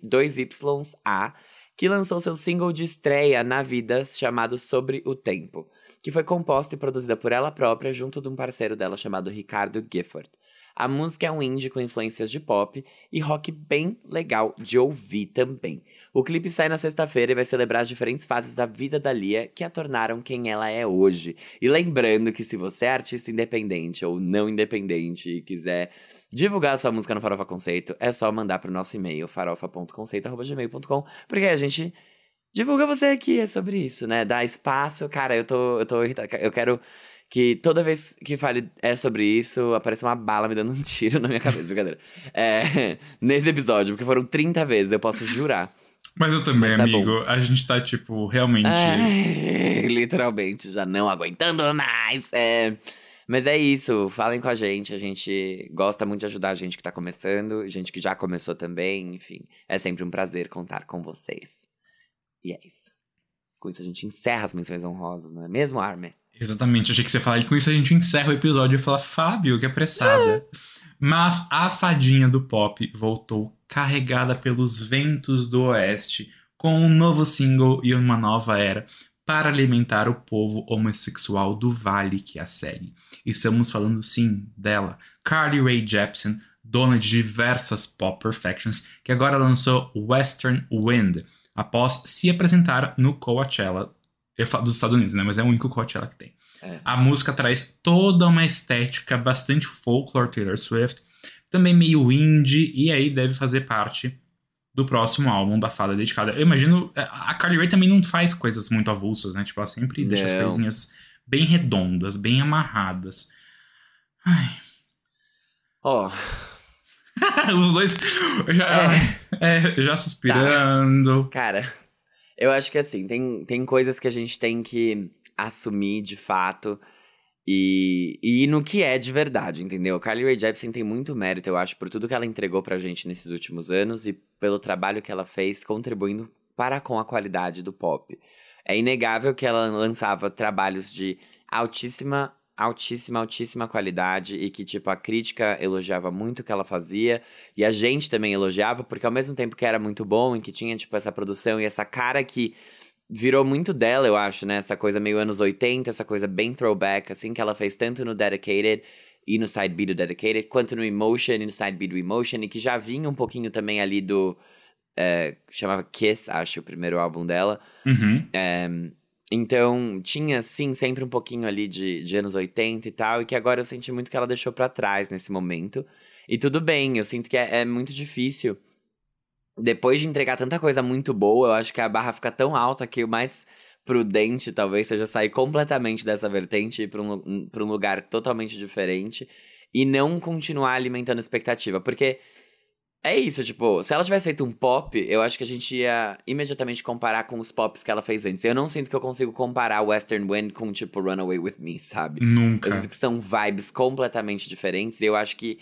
L2YA, que lançou seu single de estreia na vida chamado Sobre o Tempo, que foi composta e produzida por ela própria junto de um parceiro dela chamado Ricardo Gifford. A música é um indie com influências de pop e rock bem legal de ouvir também. O clipe sai na sexta-feira e vai celebrar as diferentes fases da vida da Lia que a tornaram quem ela é hoje. E lembrando que se você é artista independente ou não independente e quiser divulgar a sua música no Farofa Conceito, é só mandar pro nosso e-mail, farofa.conceito@gmail.com, porque aí a gente divulga você aqui, é sobre isso, né? Dá espaço. Cara, eu tô irritado. Eu quero que toda vez que fale sobre isso, apareça uma bala me dando um tiro na minha cabeça, brincadeira. Nesse episódio, porque foram 30 vezes, eu posso jurar. Mas eu também, tá amigo. Bom. A gente tá, tipo, realmente... literalmente, já não aguentando mais. Mas é isso, falem com a gente gosta muito de ajudar a gente que tá começando, gente que já começou também, enfim. É sempre um prazer contar com vocês. E é isso. Com isso a gente encerra as menções honrosas, não é mesmo, Armin? Exatamente, achei que você ia falar, e com isso a gente encerra o episódio e fala, Fábio, que apressada. Mas a fadinha do pop voltou carregada pelos ventos do oeste, com um novo single e uma nova era, para alimentar o povo homossexual do Vale que a segue. Estamos falando, sim, dela, Carly Rae Jepsen, dona de diversas pop perfections, que agora lançou Western Wind, após se apresentar no Coachella, eu falo dos Estados Unidos, né? Mas é o único Coachella que tem. A música traz toda uma estética bastante folklore Taylor Swift, também meio indie, e aí deve fazer parte do próximo álbum da fada dedicada. Eu imagino, a Carly Rae também não faz coisas muito avulsas, né? Tipo, ela sempre deixa as coisinhas bem redondas, bem amarradas. Ai. Os dois já suspirando. Tá. Cara, eu acho que assim, tem coisas que a gente tem que assumir de fato e no que é de verdade, entendeu? Carly Rae Jepsen tem muito mérito, eu acho, por tudo que ela entregou pra gente nesses últimos anos e pelo trabalho que ela fez contribuindo para com a qualidade do pop. É inegável que ela lançava trabalhos de altíssima qualidade e que, tipo, a crítica elogiava muito o que ela fazia e a gente também elogiava, porque ao mesmo tempo que era muito bom e que tinha, tipo, essa produção e essa cara que virou muito dela, eu acho, né? Essa coisa meio anos 80, essa coisa bem throwback, assim, que ela fez tanto no Dedicated e no Side B do Dedicated, quanto no Emotion e no Side B do Emotion, e que já vinha um pouquinho também ali do... chamava Kiss, acho, o primeiro álbum dela. Então, tinha, sim, sempre um pouquinho ali de anos 80 e tal, e que agora eu senti muito que ela deixou pra trás nesse momento. E tudo bem, eu sinto que é muito difícil depois de entregar tanta coisa muito boa, eu acho que a barra fica tão alta que o mais prudente talvez seja sair completamente dessa vertente e ir pra um lugar totalmente diferente e não continuar alimentando expectativa. Porque é isso, tipo, se ela tivesse feito um pop, eu acho que a gente ia imediatamente comparar com os pops que ela fez antes. Eu não sinto que eu consigo comparar Western Wind com, tipo, Runaway With Me, sabe? Nunca. Eu sinto que são vibes completamente diferentes e eu acho que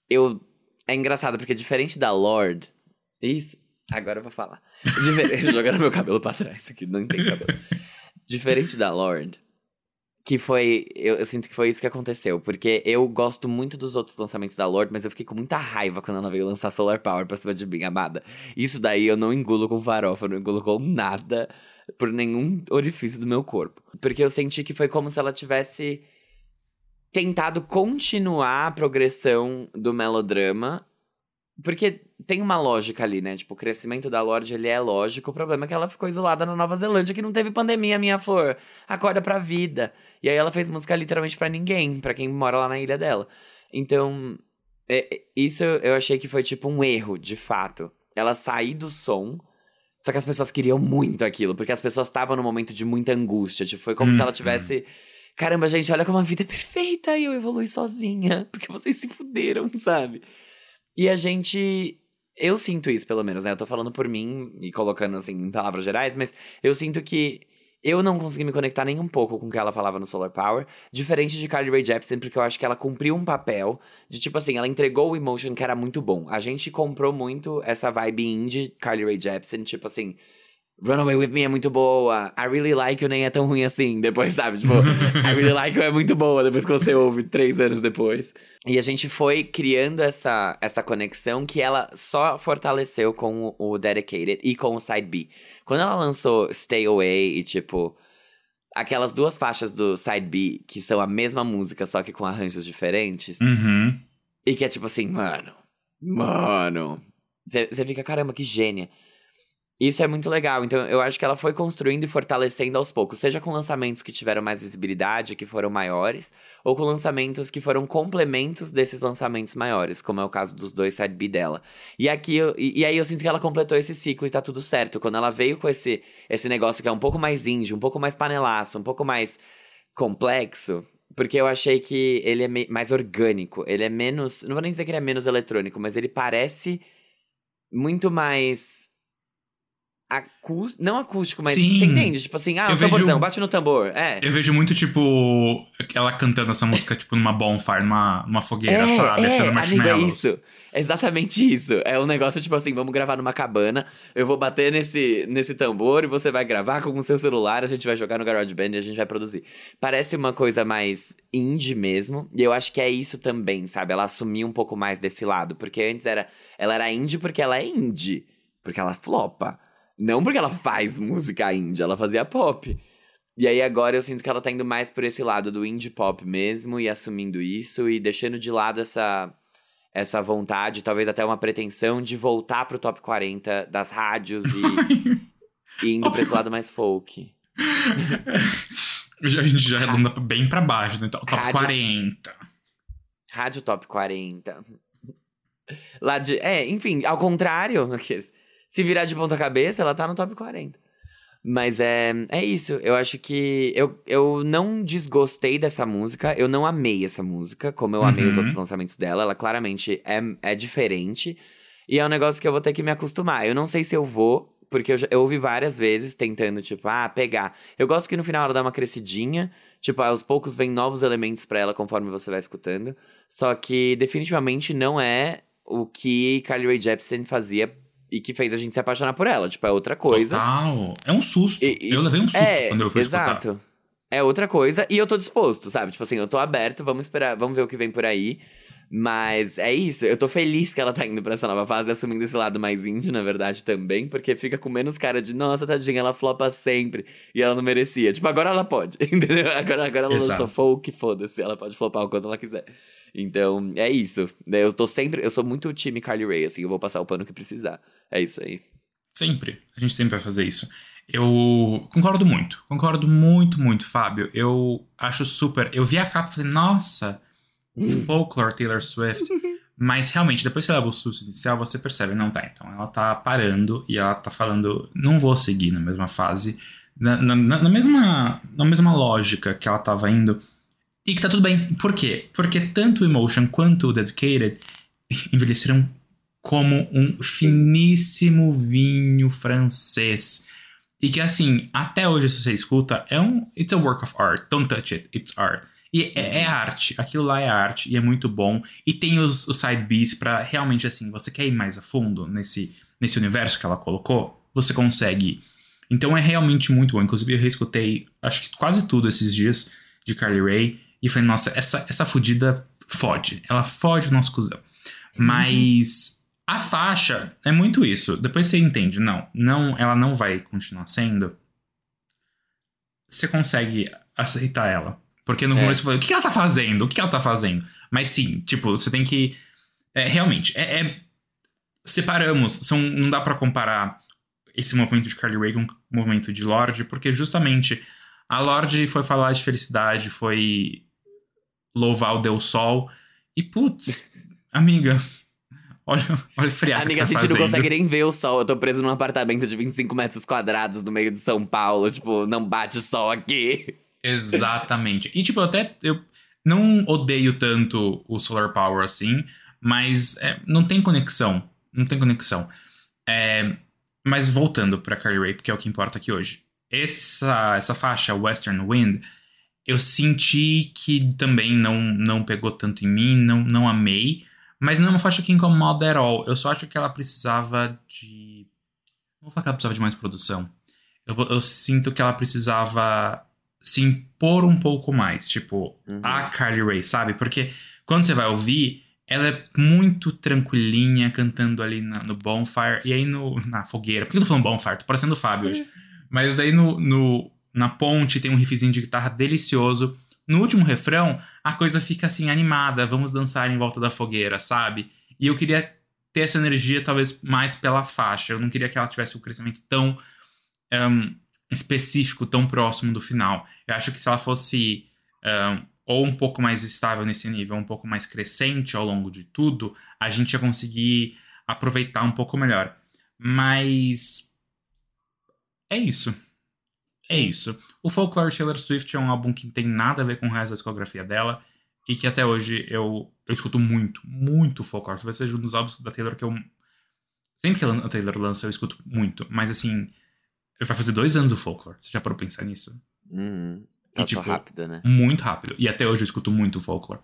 é engraçado, porque diferente da Lorde... Isso, agora eu vou falar. Jogando meu cabelo pra trás, aqui não tem cabelo. Diferente da Lorde, que foi... Eu sinto que foi isso que aconteceu, porque eu gosto muito dos outros lançamentos da Lorde, mas eu fiquei com muita raiva quando ela veio lançar Solar Power pra cima de mim, amada. Isso daí eu não engulo com farofa, eu não engulo com nada, por nenhum orifício do meu corpo. Porque eu senti que foi como se ela tivesse tentado continuar a progressão do melodrama. Porque tem uma lógica ali, né? Tipo, o crescimento da Lorde, ele é lógico. O problema é que ela ficou isolada na Nova Zelândia, que não teve pandemia, minha flor. Acorda pra vida. E aí ela fez música literalmente pra ninguém, pra quem mora lá na ilha dela. Então, isso eu achei que foi tipo um erro, de fato. Ela sair do som, só que as pessoas queriam muito aquilo, porque as pessoas estavam num momento de muita angústia. Tipo, foi como se ela tivesse... Caramba, gente, olha como a vida é perfeita e eu evolui sozinha, porque vocês se fuderam, sabe? E a gente... Eu sinto isso, pelo menos, né? Eu tô falando por mim e colocando, assim, em palavras gerais, mas eu sinto que eu não consegui me conectar nem um pouco com o que ela falava no Solar Power, diferente de Carly Rae Jepsen, porque eu acho que ela cumpriu um papel de, tipo assim, ela entregou o Emotion que era muito bom. A gente comprou muito essa vibe indie Carly Rae Jepsen, tipo assim... Runaway With Me é muito boa. I Really Like You nem é tão ruim assim. Depois, sabe? Tipo, I Really Like You é muito boa. Depois que você ouve 3 anos depois. E a gente foi criando essa conexão que ela só fortaleceu com o Dedicated e com o Side B. Quando ela lançou Stay Away e, tipo... Aquelas 2 faixas do Side B, que são a mesma música, só que com arranjos diferentes. Uhum. E que é tipo assim, mano... Você fica, caramba, que gênia. Isso é muito legal, então eu acho que ela foi construindo e fortalecendo aos poucos, seja com lançamentos que tiveram mais visibilidade, que foram maiores, ou com lançamentos que foram complementos desses lançamentos maiores, como é o caso dos 2 side B dela. E aqui, e aí eu sinto que ela completou esse ciclo e tá tudo certo. Quando ela veio com esse negócio que é um pouco mais indie, um pouco mais panelaço, um pouco mais complexo, porque eu achei que ele é mais orgânico, ele é menos, não vou nem dizer que ele é menos eletrônico, mas ele parece muito mais... Não acústico, mas Sim. você entende? Tipo assim, o tamborzão, bate no tambor. Eu vejo muito, tipo, ela cantando essa música, tipo, numa bonfire, numa fogueira, sabe? Sendo amigo, é marshmallows. isso. É exatamente isso. É um negócio, tipo assim, vamos gravar numa cabana, eu vou bater nesse tambor e você vai gravar com o seu celular, a gente vai jogar no GarageBand e a gente vai produzir. Parece uma coisa mais indie mesmo, e eu acho que é isso também, sabe? Ela assumiu um pouco mais desse lado, porque antes ela era indie porque ela é indie, porque ela flopa. Não porque ela faz música indie, ela fazia pop. E aí agora eu sinto que ela tá indo mais por esse lado do indie pop mesmo, e assumindo isso, e deixando de lado essa vontade, talvez até uma pretensão de voltar pro top 40 das rádios e indo pra esse lado mais folk. A gente já anda bem pra baixo, né? Top 40. Rádio top 40. Lá de... enfim, ao contrário, se virar de ponta cabeça, ela tá no top 40. Mas é isso. Eu acho que eu não desgostei dessa música. Eu não amei essa música, como eu amei os outros lançamentos dela. Ela claramente é diferente. E é um negócio que eu vou ter que me acostumar. Eu não sei se eu vou, porque eu ouvi várias vezes tentando, tipo, pegar. Eu gosto que no final ela dá uma crescidinha. Tipo, aos poucos vem novos elementos pra ela conforme você vai escutando. Só que definitivamente não é o que Carly Rae Jepsen fazia e que fez a gente se apaixonar por ela. Tipo, é outra coisa. Total. É um susto. Eu levei um susto quando eu fui exato. Escutar. É outra coisa. E eu tô disposto, sabe? Tipo assim, eu tô aberto, vamos esperar, vamos ver o que vem por aí. Mas é isso, eu tô feliz que ela tá indo pra essa nova fase, assumindo esse lado mais indie, na verdade, também. Porque fica com menos cara de, nossa, tadinha, ela flopa sempre. E ela não merecia. Tipo, agora ela pode, entendeu? Agora ela lançou folk, foda-se, ela pode flopar o quanto ela quiser. Então, é isso. Eu sou muito time Carly Rae, assim, eu vou passar o pano que precisar. É isso aí. Sempre. A gente sempre vai fazer isso. Eu concordo muito, Fábio. Eu acho super... Eu vi a capa e falei, nossa, Folklore Taylor Swift. Mas realmente, depois que você leva o susto inicial, você percebe, não tá, então ela tá parando e ela tá falando, não vou seguir na mesma fase, na mesma lógica que ela tava indo, e que tá tudo bem. Por quê? Porque tanto o Emotion quanto o Dedicated envelheceram como um finíssimo vinho francês. E que assim, até hoje se você escuta, it's a work of art, don't touch it, it's art. E é arte, aquilo lá é arte e é muito bom. E tem os side Bs pra realmente assim, você quer ir mais a fundo nesse universo que ela colocou? Você consegue. Então é realmente muito bom. Inclusive eu reescutei, acho que quase tudo esses dias de Carly Rae. E falei, nossa, essa fudida fode. Ela fode o nosso cuzão. Mas a faixa é muito isso. Depois você entende, não, ela não vai continuar sendo. Você consegue aceitar ela. Porque no começo eu falei, o que ela tá fazendo? O que ela tá fazendo? Mas sim, tipo, você tem que... realmente, separamos. Não dá pra comparar esse movimento de Carly Rae com o movimento de Lorde, porque justamente a Lorde foi falar de felicidade, foi louvar o Deus Sol. E, putz, amiga, olha o friaca Amiga, que a tá gente não fazendo. consegue nem ver o sol. Eu tô preso num apartamento de 25 metros quadrados no meio de São Paulo. Tipo, não bate sol aqui. Exatamente. E, tipo, eu não odeio tanto o Solar Power assim, mas não tem conexão. Não tem conexão. Mas voltando pra Carly Rae, porque é o que importa aqui hoje. Essa faixa, Western Wind, eu senti que também não pegou tanto em mim, não amei. Mas não é uma faixa que incomoda at all. Eu só acho que ela precisava de... Não vou falar que ela precisava de mais produção. Eu sinto que ela precisava se impor um pouco mais. Tipo, a Carly Rae, sabe? Porque quando você vai ouvir, ela é muito tranquilinha, cantando ali no Bonfire. E aí na fogueira. Por que eu tô falando Bonfire? Tô parecendo o Fábio hoje. Mas daí na ponte tem um riffzinho de guitarra delicioso. No último refrão, a coisa fica assim, animada. Vamos dançar em volta da fogueira, sabe? E eu queria ter essa energia, talvez, mais pela faixa. Eu não queria que ela tivesse um crescimento tão específico, tão próximo do final. Eu acho que se ela fosse ou um pouco mais estável nesse nível, um pouco mais crescente ao longo de tudo, a gente ia conseguir aproveitar um pouco melhor. Mas é isso. Sim. É isso. O Folklore de Taylor Swift é um álbum que não tem nada a ver com o resto da discografia dela e que até hoje eu escuto muito, muito Folklore. Talvez seja um dos álbuns da Taylor que eu... Sempre que a Taylor lança, eu escuto muito. Mas assim, vai fazer 2 anos o Folklore. Você já parou pra pensar nisso? E tipo, rápido, né? Muito rápido. E até hoje eu escuto muito Folklore.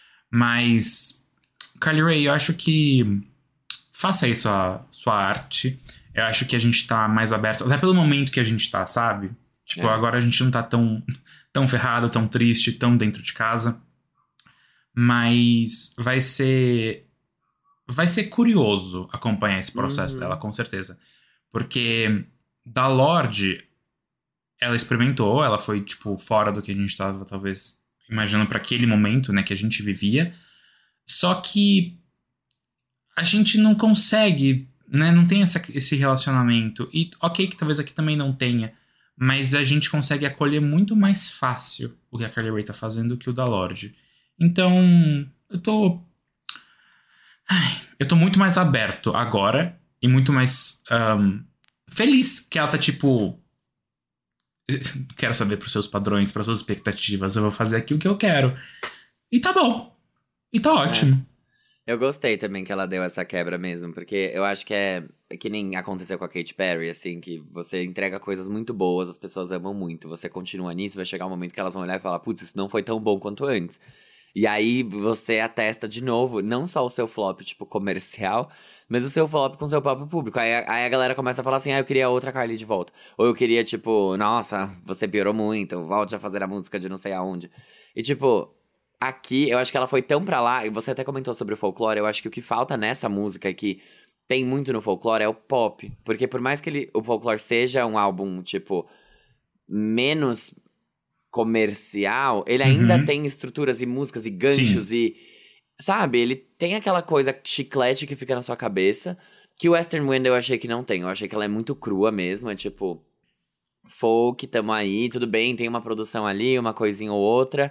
Mas, Carly Rae, eu acho que faça aí sua arte. Eu acho que a gente tá mais aberto, até pelo momento que a gente tá, sabe? Tipo, agora a gente não tá tão ferrado, tão triste, tão dentro de casa. Mas vai ser curioso acompanhar esse processo dela, com certeza. Porque da Lorde, ela experimentou, ela foi, tipo, fora do que a gente tava, talvez, imaginando pra aquele momento, né, que a gente vivia. Só que a gente não consegue, né, não tem esse relacionamento. E ok que talvez aqui também não tenha, mas a gente consegue acolher muito mais fácil o que a Carly Rae tá fazendo do que o da Lorde. Então, eu tô muito mais aberto agora e muito mais feliz que ela tá, tipo... Quero saber pros seus padrões, pras suas expectativas, eu vou fazer aqui o que eu quero. E tá bom. E tá ótimo. Eu gostei também que ela deu essa quebra mesmo, porque eu acho que é que nem aconteceu com a Katy Perry, assim, que você entrega coisas muito boas, as pessoas amam muito, você continua nisso, vai chegar um momento que elas vão olhar e falar, putz, isso não foi tão bom quanto antes. E aí você atesta de novo, não só o seu flop, tipo, comercial, mas o seu flop com o seu próprio público. Aí a galera começa a falar assim, eu queria outra Carly de volta. Ou eu queria, tipo, nossa, você piorou muito, volte a fazer a música de não sei aonde. E, tipo, aqui, eu acho que ela foi tão pra lá, e você até comentou sobre o Folklore, eu acho que o que falta nessa música que tem muito no Folklore é o pop. Porque por mais que o Folklore seja um álbum, tipo, menos comercial, ele ainda tem estruturas e músicas e ganchos. Sim. E, sabe, ele tem aquela coisa chiclete que fica na sua cabeça, que o Western Wind eu achei que não tem. Eu achei que ela é muito crua mesmo, é tipo, folk, tamo aí, tudo bem, tem uma produção ali, uma coisinha ou outra,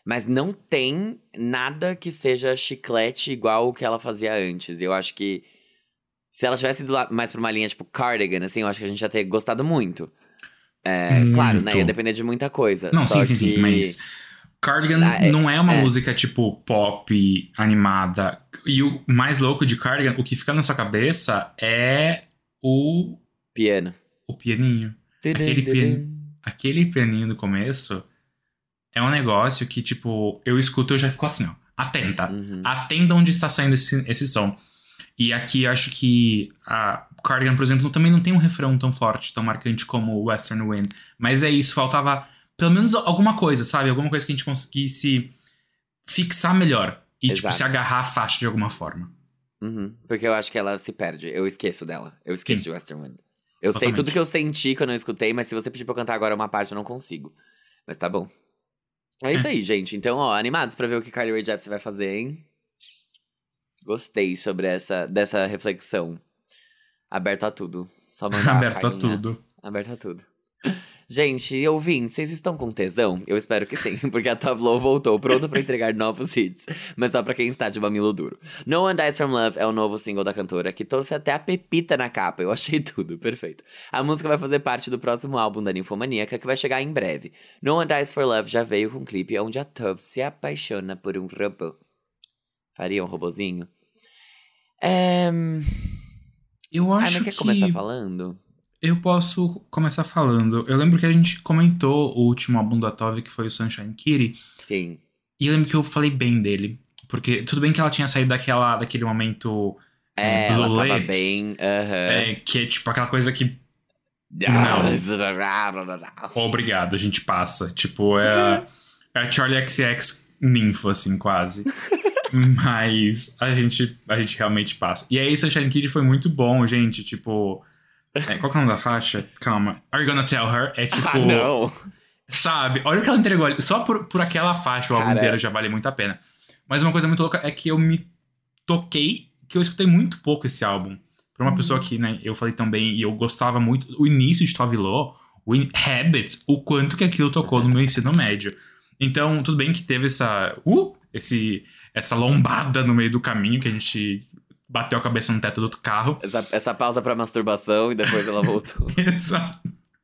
Mas não tem nada que seja chiclete igual o que ela fazia antes. Eu acho que se ela tivesse ido mais pra uma linha tipo Cardigan, assim, eu acho que a gente ia ter gostado muito. Claro, né? Ia depender de muita coisa. Não, Só sim, mas Cardigan não é uma música tipo pop, animada. E o mais louco de Cardigan, o que fica na sua cabeça é o piano. O pianinho. Aquele pianinho do começo é um negócio que, tipo, eu escuto e eu já fico assim, ó. Atenta. Atenta onde está saindo esse som. E aqui eu acho que a Cardigan, por exemplo, também não tem um refrão tão forte, tão marcante como o Western Wind. Mas é isso, faltava pelo menos alguma coisa, sabe? Alguma coisa que a gente conseguisse fixar melhor. E, tipo, se agarrar à faixa de alguma forma. Porque eu acho que ela se perde. Eu esqueço dela. Eu esqueço de Western Wind. Eu Totalmente. sei tudo que eu senti quando eu escutei, mas se você pedir pra eu cantar agora uma parte, eu não consigo. Mas tá bom. É isso aí, gente. Então, ó, animados pra ver o que Carly Rae Jepsen vai fazer, hein? Gostei dessa reflexão. Aberto a tudo. Só mandar Aberto a tudo. Aberto a tudo. Gente, ouvintes, vocês estão com tesão? Eu espero que sim, porque a Tove Lo voltou pronta pra entregar novos hits, mas só pra quem está de mamilo duro. No One Dies From Love é o novo single da cantora, que trouxe até a Pepita na capa, eu achei tudo, perfeito. A música vai fazer parte do próximo álbum da Ninfomaníaca, que vai chegar em breve. No One Dies For Love já veio com um clipe onde a Tove se apaixona por um robô. Faria um robozinho? Eu acho mas quer começar falando? Eu posso começar falando. Eu lembro que a gente comentou o último álbum da Tove, que foi o Sunshine Kitty. Sim. E eu lembro que eu falei bem dele. Porque tudo bem que ela tinha saído daquele momento Blue ela tava Lips, bem... que é tipo aquela coisa que... Não. Obrigado, a gente passa. Tipo, é a Charlie XX ninfo, assim, quase. Mas a gente realmente passa. E aí, Sunshine Kitty foi muito bom, gente. Tipo... qual que é o nome da faixa? Calma. Are You Gonna Tell Her? É tipo... não! Sabe? Olha o que ela entregou ali. Só por aquela faixa, o álbum inteiro já vale muito a pena. Mas uma coisa muito louca é que eu me toquei, que eu escutei muito pouco esse álbum. Pra uma pessoa que, né, eu falei também, e eu gostava muito, o início de Tove Lo, o Habits, o quanto que aquilo tocou no meu ensino médio. Então, tudo bem que teve essa lombada no meio do caminho, que a gente bateu a cabeça no teto do carro. Essa pausa pra masturbação e depois ela voltou. Exato.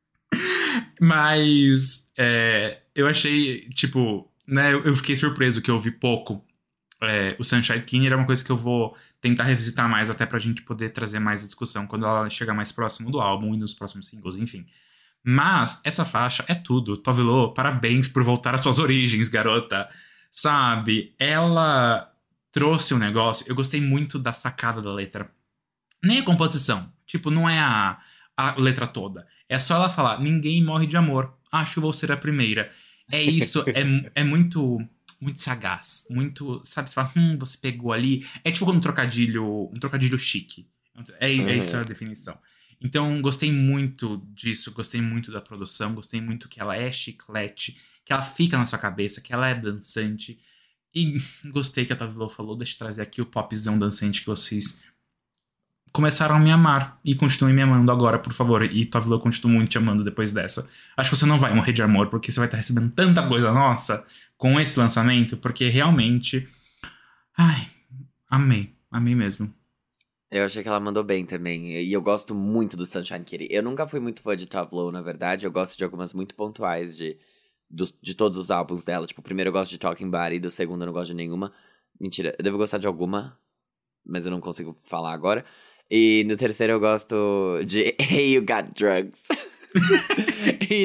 Mas eu achei, tipo, né, eu fiquei surpreso que eu ouvi pouco. O Sunshine Kitty era uma coisa que eu vou tentar revisitar mais, até pra gente poder trazer mais a discussão quando ela chegar mais próximo do álbum e nos próximos singles, enfim. Mas essa faixa é tudo. Tove Lo, parabéns por voltar às suas origens, garota. Sabe? Ela trouxe um negócio. Eu gostei muito da sacada da letra. Nem a composição. Tipo, não é a letra toda. É só ela falar: ninguém morre de amor. Acho que vou ser a primeira. É isso. É muito, muito sagaz. Muito, sabe? Você fala, você pegou ali. É tipo um trocadilho chique. Isso a definição. Então, gostei muito disso. Gostei muito da produção. Gostei muito que ela é chiclete. Que ela fica na sua cabeça. Que ela é dançante. E gostei que a Tove Lo falou: deixa eu trazer aqui o popzão dançante que vocês começaram a me amar. E continuem me amando agora, por favor. E Tove Lo continua muito te amando depois dessa. Acho que você não vai morrer de amor, porque você vai estar recebendo tanta coisa nossa com esse lançamento, porque realmente... Ai, amei. Amei mesmo. Eu achei que ela mandou bem também. E eu gosto muito do Sunshine Kitty. Eu nunca fui muito fã de Tove Lo, na verdade. Eu gosto de algumas muito pontuais de todos os álbuns dela. Tipo, o primeiro eu gosto de Talking Body, do segundo eu não gosto de nenhuma. Mentira, eu devo gostar de alguma, mas eu não consigo falar agora. E no terceiro eu gosto de Hey, You Got Drugs. e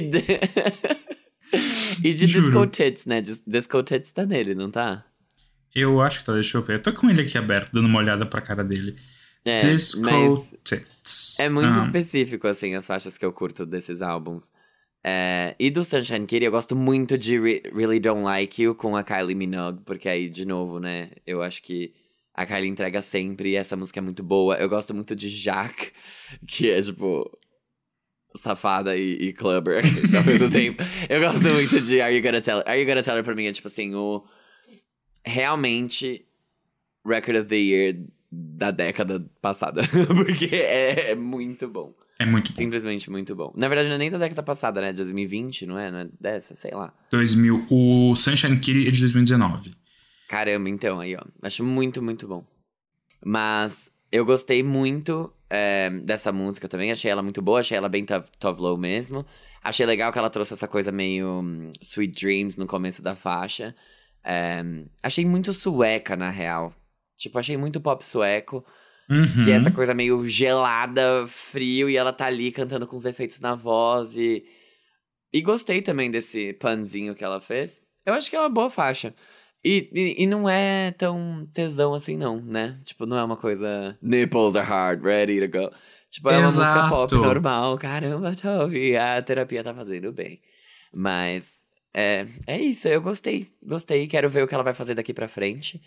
de Disco Tits, né? Disco Tits tá nele, não tá? Eu acho que tá, deixa eu ver. Eu tô com ele aqui aberto, dando uma olhada pra cara dele. Disco Tits. É muito específico, assim, as faixas que eu curto desses álbuns. E do Sunshine Kitty eu gosto muito de Really Don't Like You com a Kylie Minogue, porque aí, de novo, né, eu acho que a Kylie entrega sempre e essa música é muito boa. Eu gosto muito de Jaque, que é, tipo, safada e clubber ao mesmo tempo. Eu gosto muito de Are You Gonna Tell Her? Are You Gonna Tell Her pra mim é, tipo assim, realmente Record of the Year da década passada, porque é muito bom. É muito bom. Simplesmente muito bom. Na verdade, não é nem da década passada, né? 2020, não é? Não é dessa, sei lá. 2000. O Sunshine Kitty é de 2019. Caramba, então, aí, ó. Acho muito, muito bom. Mas eu gostei muito dessa música também. Achei ela muito boa, achei ela bem Tovlow mesmo. Achei legal que ela trouxe essa coisa meio Sweet Dreams no começo da faixa. Achei muito sueca, na real. Tipo, achei muito pop sueco. Que é essa coisa meio gelada, frio, e ela tá ali cantando com os efeitos na voz. E gostei também desse punzinho que ela fez. Eu acho que é uma boa faixa. E não é tão tesão assim, não, né? Tipo, não é uma coisa... Nipples are hard, ready to go. Tipo, é uma música pop normal. Caramba, Tove, a terapia tá fazendo bem. Mas é isso, eu gostei. Quero ver o que ela vai fazer daqui pra frente.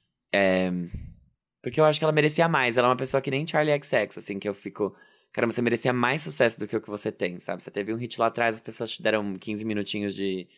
Porque eu acho que ela merecia mais. Ela é uma pessoa que nem Charli XCX, assim, que eu fico... Caramba, você merecia mais sucesso do que o que você tem, sabe? Você teve um hit lá atrás, as pessoas te deram 15 minutinhos de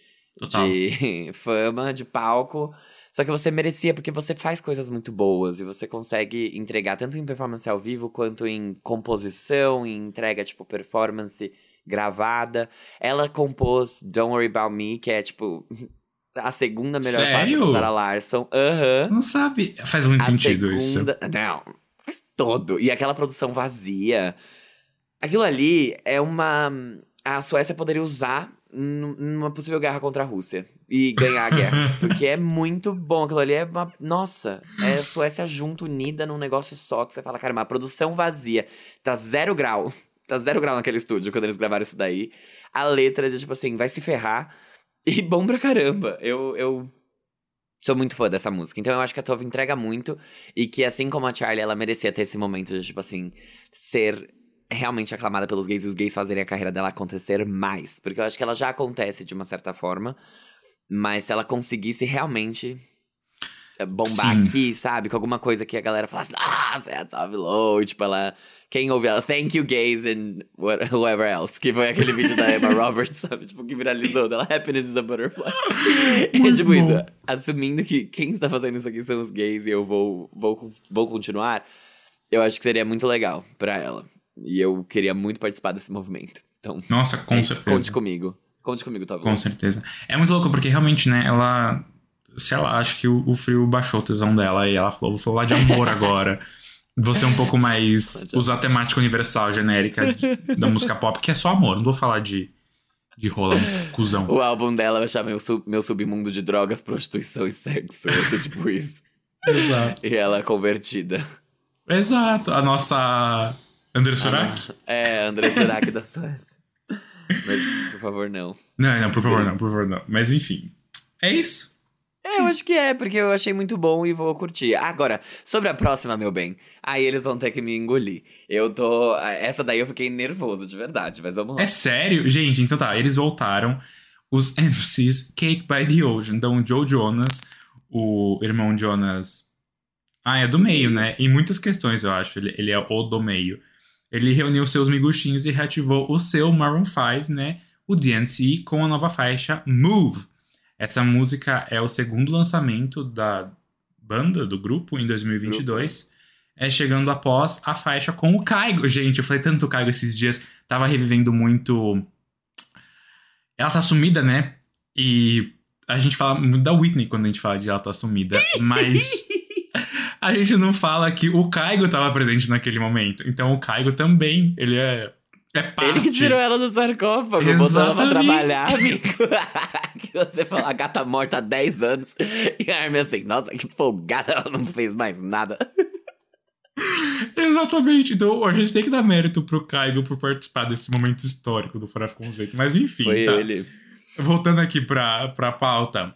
fama, de palco. Só que você merecia, porque você faz coisas muito boas. E você consegue entregar tanto em performance ao vivo, quanto em composição, em entrega, tipo, performance gravada. Ela compôs Don't Worry About Me, que é, tipo... a segunda melhor faixa da Zara Larsson. Não sabe. Faz muito sentido isso. Não, faz todo. E aquela produção vazia. Aquilo ali é uma... A Suécia poderia usar numa possível guerra contra a Rússia. E ganhar a guerra. Porque é muito bom. Aquilo ali é uma... Nossa, é a Suécia junto, unida num negócio só. Que você fala, cara, uma produção vazia. Tá 0 grau. Tá 0 grau naquele estúdio quando eles gravaram isso daí. A letra de, tipo assim, vai se ferrar. E bom pra caramba. Eu sou muito fã dessa música. Então eu acho que a Tove entrega muito. E que assim como a Charli, ela merecia ter esse momento de, tipo assim, ser realmente aclamada pelos gays. E os gays fazerem a carreira dela acontecer mais. Porque eu acho que ela já acontece de uma certa forma. Mas se ela conseguisse realmente bombar aqui, sabe? Com alguma coisa que a galera falasse, você é a Tove Lo. Tipo, ela... Quem ouve ela, thank you gays and whoever else. Que foi aquele vídeo da Emma Roberts, sabe? Tipo, que viralizou dela, happiness is a butterfly. É tipo isso, assumindo que quem está fazendo isso aqui são os gays e eu vou continuar. Eu acho que seria muito legal pra ela. E eu queria muito participar desse movimento. Então, nossa, com certeza. Conte comigo, Tove. Com certeza. É muito louco, porque realmente, né, ela... Sei lá, acho que o frio baixou o tesão dela e ela falou, vou falar de amor agora. Você é um pouco mais usar a temática universal, genérica da música pop, que é só amor. Não vou falar de rola, cuzão. O álbum dela vai chamar meu submundo de drogas, prostituição e sexo. Vai ser tipo isso. Exato. E ela é convertida. Exato. A nossa André Surak? André Surak da Suécia. Mas, por favor, não. Não, por favor, não. Mas, enfim. É isso. Eu acho que porque eu achei muito bom e vou curtir. Agora, sobre a próxima, meu bem, aí eles vão ter que me engolir. Essa daí eu fiquei nervoso, de verdade, mas vamos lá. É sério? Gente, então tá, eles voltaram. Os MCs Cake by the Ocean. Então, o Joe Jonas, o irmão Jonas... é do meio, né? Em muitas questões, eu acho. Ele é o do meio. Ele reuniu seus miguxinhos e reativou o seu Maroon 5, né? O DNC, com a nova faixa Move. Essa música é o segundo lançamento da banda, do grupo, em 2022. Chegando após a faixa com o Kygo. Gente, eu falei tanto Kygo esses dias. Tava revivendo muito... Ela tá sumida, né? E a gente fala muito da Whitney quando a gente fala de ela tá sumida. Mas a gente não fala que o Kygo tava presente naquele momento. Então o Kygo também, ele é parte. Ele que tirou ela do sarcófago, botou ela pra trabalhar, amigo. Que você falou, a gata morta há 10 anos. E a Armin assim, nossa, que folgada, ela não fez mais nada. Exatamente, então a gente tem que dar mérito pro Kygo por participar desse momento histórico do Farofa Conceito. Mas enfim, foi tá. Ele. Voltando aqui pra pauta.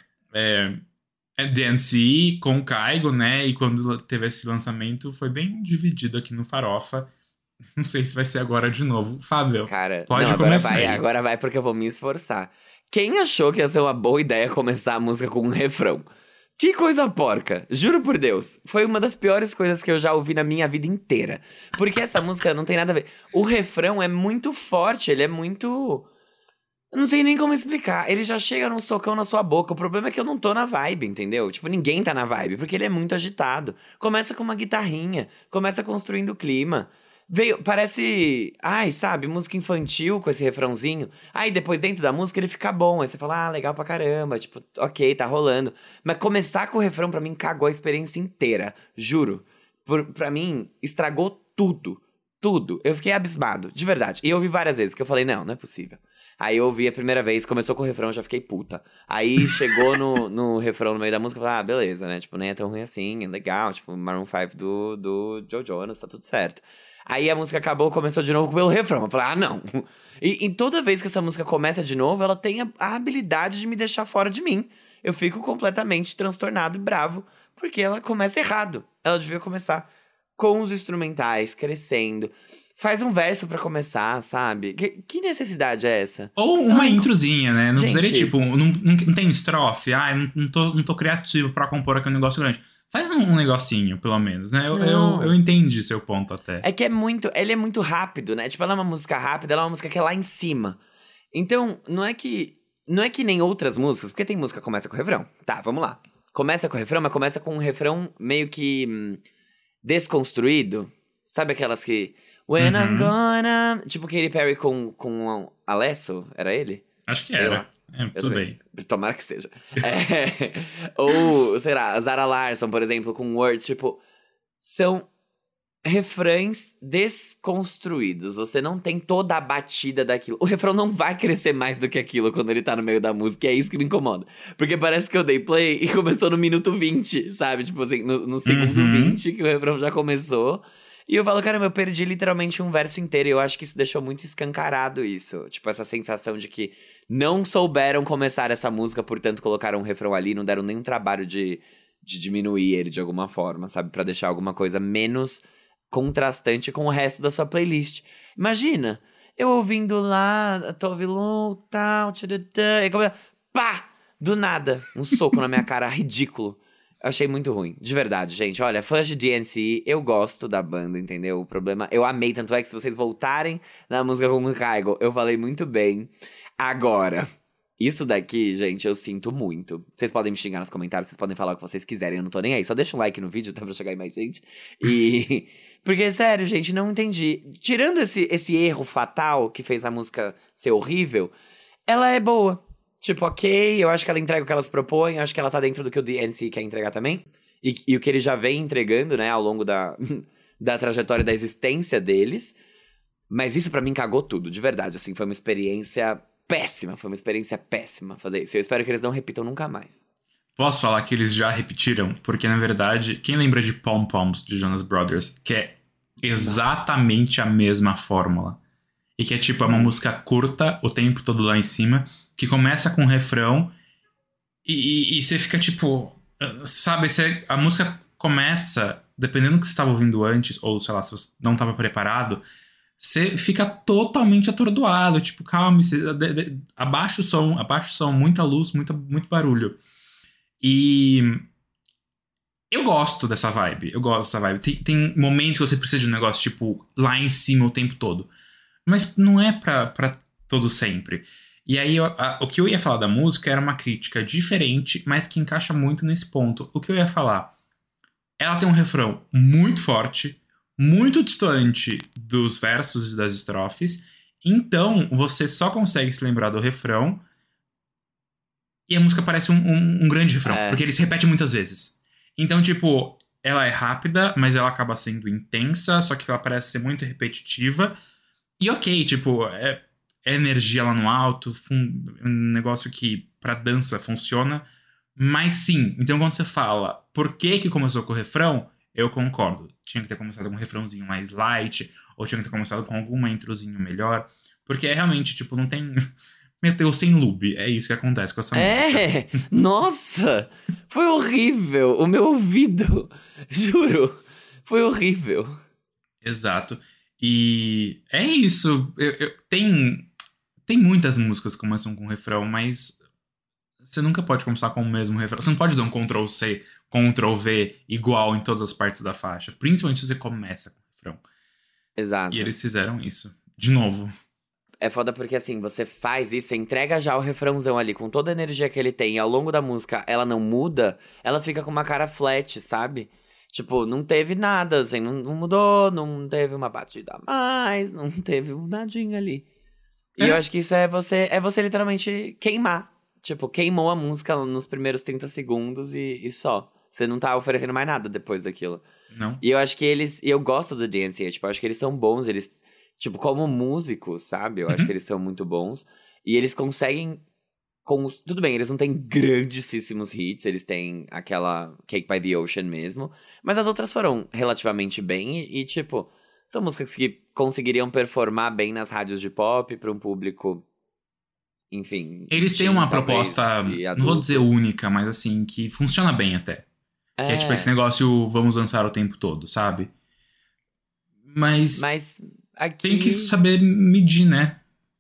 DNC com o Kygo, né? E quando teve esse lançamento, foi bem dividido aqui no Farofa. Não sei se vai ser agora de novo. Fábio, cara, pode começar aí. Agora vai porque eu vou me esforçar. Quem achou que ia ser uma boa ideia começar a música com um refrão? Que coisa porca, juro por Deus. Foi uma das piores coisas que eu já ouvi na minha vida inteira. Porque essa música não tem nada a ver. O refrão é muito forte, ele é muito... Eu não sei nem como explicar. Ele já chega num socão na sua boca. O problema é que eu não tô na vibe, entendeu? Tipo, ninguém tá na vibe, porque ele é muito agitado. Começa com uma guitarrinha, começa construindo o clima. Veio, parece, ai, sabe, música infantil com esse refrãozinho. Aí depois dentro da música ele fica bom. Aí você fala, legal pra caramba, tipo, ok, tá rolando. Mas começar com o refrão pra mim cagou a experiência inteira, juro. Pra mim, estragou tudo, tudo. Eu fiquei abismado, de verdade. E eu ouvi várias vezes, que eu falei, não é possível. Aí eu ouvi a primeira vez, começou com o refrão, eu já fiquei puta. Aí chegou no refrão no meio da música, eu falei, beleza, né? Tipo, nem é tão ruim assim, é legal. Tipo, Maroon 5 do Joe Jonas, tá tudo certo. Aí a música acabou, começou de novo pelo refrão. Eu falei, não. E toda vez que essa música começa de novo, ela tem a habilidade de me deixar fora de mim. Eu fico completamente transtornado e bravo, porque ela começa errado. Ela devia começar com os instrumentais, crescendo. Faz um verso pra começar, sabe? Que necessidade é essa? Ou uma introzinha, né? Não Gente, precisaria, tipo, não tem estrofe. Não tô criativo pra compor aqui um negócio grande. Faz um negocinho, pelo menos, né? Eu entendi seu ponto até. É que ele é muito rápido, né? Tipo, ela é uma música rápida, ela é uma música que é lá em cima. Então, não é que nem outras músicas, porque tem música que começa com o refrão. Tá, vamos lá. Começa com o refrão, mas começa com um refrão meio que desconstruído. Sabe aquelas que... When I'm gonna... Tipo Katy Perry com Alesso, era ele? Acho que sei era. lá. Tudo bem. Tomara que seja. Ou, sei lá, a Zara Larsson, por exemplo, com Words, tipo... São refrães desconstruídos. Você não tem toda a batida daquilo. O refrão não vai crescer mais do que aquilo quando ele tá no meio da música. E é isso que me incomoda. Porque parece que eu dei play e começou no minuto 20, sabe? Tipo assim, no segundo 20 que o refrão já começou. E eu falo, caramba, eu perdi literalmente um verso inteiro. E eu acho que isso deixou muito escancarado isso. Tipo, essa sensação de que não souberam começar essa música, portanto colocaram um refrão ali, não deram nenhum trabalho de diminuir ele de alguma forma, sabe? Pra deixar alguma coisa menos contrastante com o resto da sua playlist. Imagina, eu ouvindo lá, Tove Lo, tal, e pá! Do nada, um soco na minha cara, ridículo. Eu achei muito ruim, de verdade, gente. Olha, fãs de DNC, eu gosto da banda, entendeu? O problema, eu amei, tanto é que se vocês voltarem na música como Kygo, eu falei muito bem. Agora, isso daqui, gente, eu sinto muito. Vocês podem me xingar nos comentários, vocês podem falar o que vocês quiserem, eu não tô nem aí. Só deixa um like no vídeo, tá? Pra chegar aí mais gente. E... Porque, sério, gente, não entendi. Tirando esse erro fatal que fez a música ser horrível, ela é boa. Tipo, ok, eu acho que ela entrega o que elas propõem, eu acho que ela tá dentro do que o DNC quer entregar também. E o que ele já vem entregando, né, ao longo da trajetória da existência deles. Mas isso pra mim cagou tudo, de verdade, assim, foi uma experiência péssima fazer isso. Eu espero que eles não repitam nunca mais. Posso falar que eles já repetiram? Porque, na verdade, quem lembra de Pom Poms, de Jonas Brothers, que é exatamente a mesma fórmula. E que é tipo, é uma música curta, o tempo todo lá em cima, que começa com um refrão e você fica tipo... Sabe, a música começa, dependendo do que você estava ouvindo antes, ou sei lá, se você não estava preparado, você fica totalmente atordoado, tipo, calma, abaixa o som, muita luz, muito barulho. E eu gosto dessa vibe, Tem momentos que você precisa de um negócio, tipo, lá em cima o tempo todo. Mas não é pra todo sempre. E aí, o que eu ia falar da música era uma crítica diferente, mas que encaixa muito nesse ponto. O que eu ia falar? Ela tem um refrão muito forte, muito distante dos versos e das estrofes. Então, você só consegue se lembrar do refrão e a música parece um grande refrão, porque ele se repete muitas vezes. Então, tipo, ela é rápida, mas ela acaba sendo intensa, só que ela parece ser muito repetitiva. E ok, tipo, é energia lá no alto, um negócio que pra dança funciona. Mas sim, então quando você fala por que começou com o refrão, eu concordo. Tinha que ter começado com um refrãozinho mais light, ou tinha que ter começado com alguma introzinho melhor. Porque é realmente, tipo, não tem... Meteu sem lube, é isso que acontece com essa música. Nossa, foi horrível, o meu ouvido, juro, foi horrível. Exato, e é isso, tem muitas músicas que começam com refrão, mas você nunca pode começar com o mesmo refrão, você não pode dar um Ctrl-C, Ctrl-V igual em todas as partes da faixa, principalmente se você começa com refrão. Exato. E eles fizeram isso, de novo. É foda porque, assim, você faz isso, você entrega já o refrãozão ali com toda a energia que ele tem, e ao longo da música ela não muda, ela fica com uma cara flat, sabe? Tipo, não teve nada, assim, não mudou, não teve uma batida a mais, não teve um nadinha ali. E eu acho que isso é você literalmente queimar. Tipo, queimou a música nos primeiros 30 segundos e só. Você não tá oferecendo mais nada depois daquilo. Não. E eu acho que eu gosto do DNCA, tipo, eu acho que eles são bons, tipo, como músicos, sabe? Eu acho que eles são muito bons. E eles conseguem, tudo bem, eles não têm grandíssimos hits, eles têm aquela Cake by the Ocean mesmo, mas as outras foram relativamente bem e tipo, são músicas que conseguiriam performar bem nas rádios de pop pra um público, enfim. Eles têm uma proposta, não vou dizer única, mas assim, que funciona bem até. Que é tipo esse negócio, vamos dançar o tempo todo, sabe? Mas aqui... tem que saber medir, né?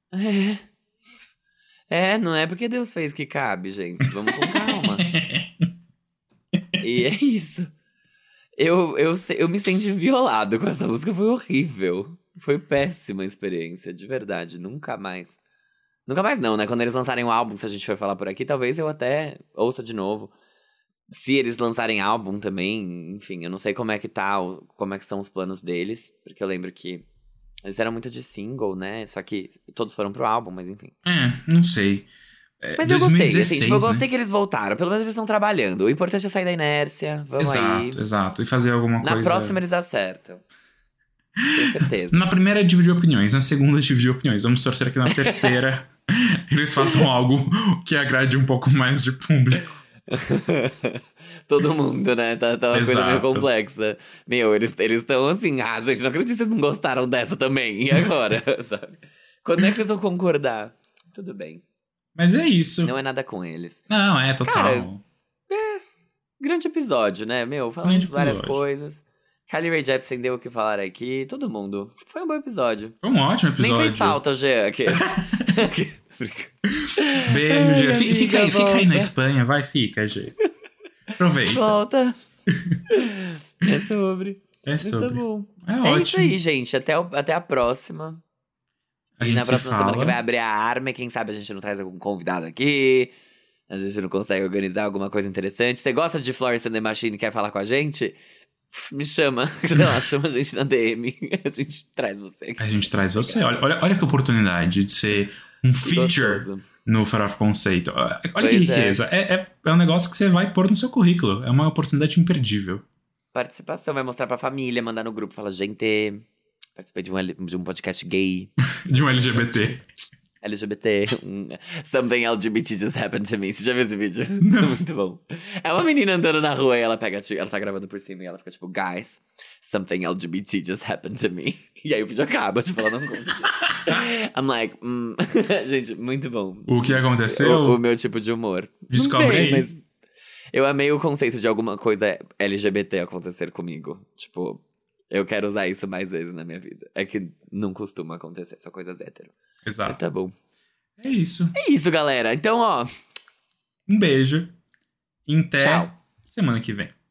Não é porque Deus fez que cabe, gente. Vamos com calma. E é isso. Eu me senti violado com essa música, foi horrível. Foi péssima a experiência, de verdade. Nunca mais. Nunca mais não, né? Quando eles lançarem o álbum, se a gente for falar por aqui, talvez eu até ouça de novo. Se eles lançarem álbum também, enfim, eu não sei como é que tá, como é que são os planos deles. Porque eu lembro que eles eram muito de single, né? Só que todos foram pro álbum, mas enfim. Não sei. Mas eu gostei, assim, tipo, eu né? gostei que eles voltaram. Pelo menos eles estão trabalhando. O importante é sair da inércia. Vamos aí. Exato. E fazer alguma coisa. Na próxima eles acertam. Tenho certeza. Na primeira é dividir opiniões, na segunda é dividir opiniões. Vamos torcer que na terceira eles façam algo que agrade um pouco mais de público. Todo mundo, né? Tá uma coisa meio complexa. Meu, eles estão assim, gente, não acredito que vocês não gostaram dessa também. E agora, sabe? Quando é que vocês vão concordar? Tudo bem. Mas é isso. Não é nada com eles. Não, é total. Cara, grande episódio, né? Meu, falamos várias coisas. Kylie Rae Jepsen deu o que falar aqui. Todo mundo. Foi um bom episódio. Foi um ótimo episódio. Nem fez falta, Jean. Beijo, Jean. Fica aí na Espanha. Vai, fica, Jean. Aproveita. Volta. É sobre. Tá bom. É ótimo. Isso aí, gente. Até a próxima. E na próxima semana que vai abrir a arma, quem sabe a gente não traz algum convidado aqui. A gente não consegue organizar alguma coisa interessante. Você gosta de Florence and the Machine e quer falar com a gente? Me chama. Chama a gente na DM. A gente traz você aqui. A gente traz você. Olha que oportunidade de ser um feature gostoso no Farofa Conceito. Olha que riqueza. É um negócio que você vai pôr no seu currículo. É uma oportunidade imperdível. Participação. Vai mostrar pra família, mandar no grupo. Fala, gente, participei de um podcast gay. De um LGBT. Something LGBT just happened to me. Você já viu esse vídeo? Não. Muito bom. É uma menina andando na rua e ela tá gravando por cima e ela fica tipo, guys, something LGBT just happened to me. E aí o vídeo acaba, tipo, ela não conta. I'm like, Gente, muito bom. O que aconteceu? O meu tipo de humor. Descobre não sei, aí. Mas eu amei o conceito de alguma coisa LGBT acontecer comigo. Tipo, eu quero usar isso mais vezes na minha vida. É que não costuma acontecer, só coisas hétero. Exato. Mas tá bom. É isso. É isso, galera. Então, ó. Um beijo. Até Tchau. semana que vem.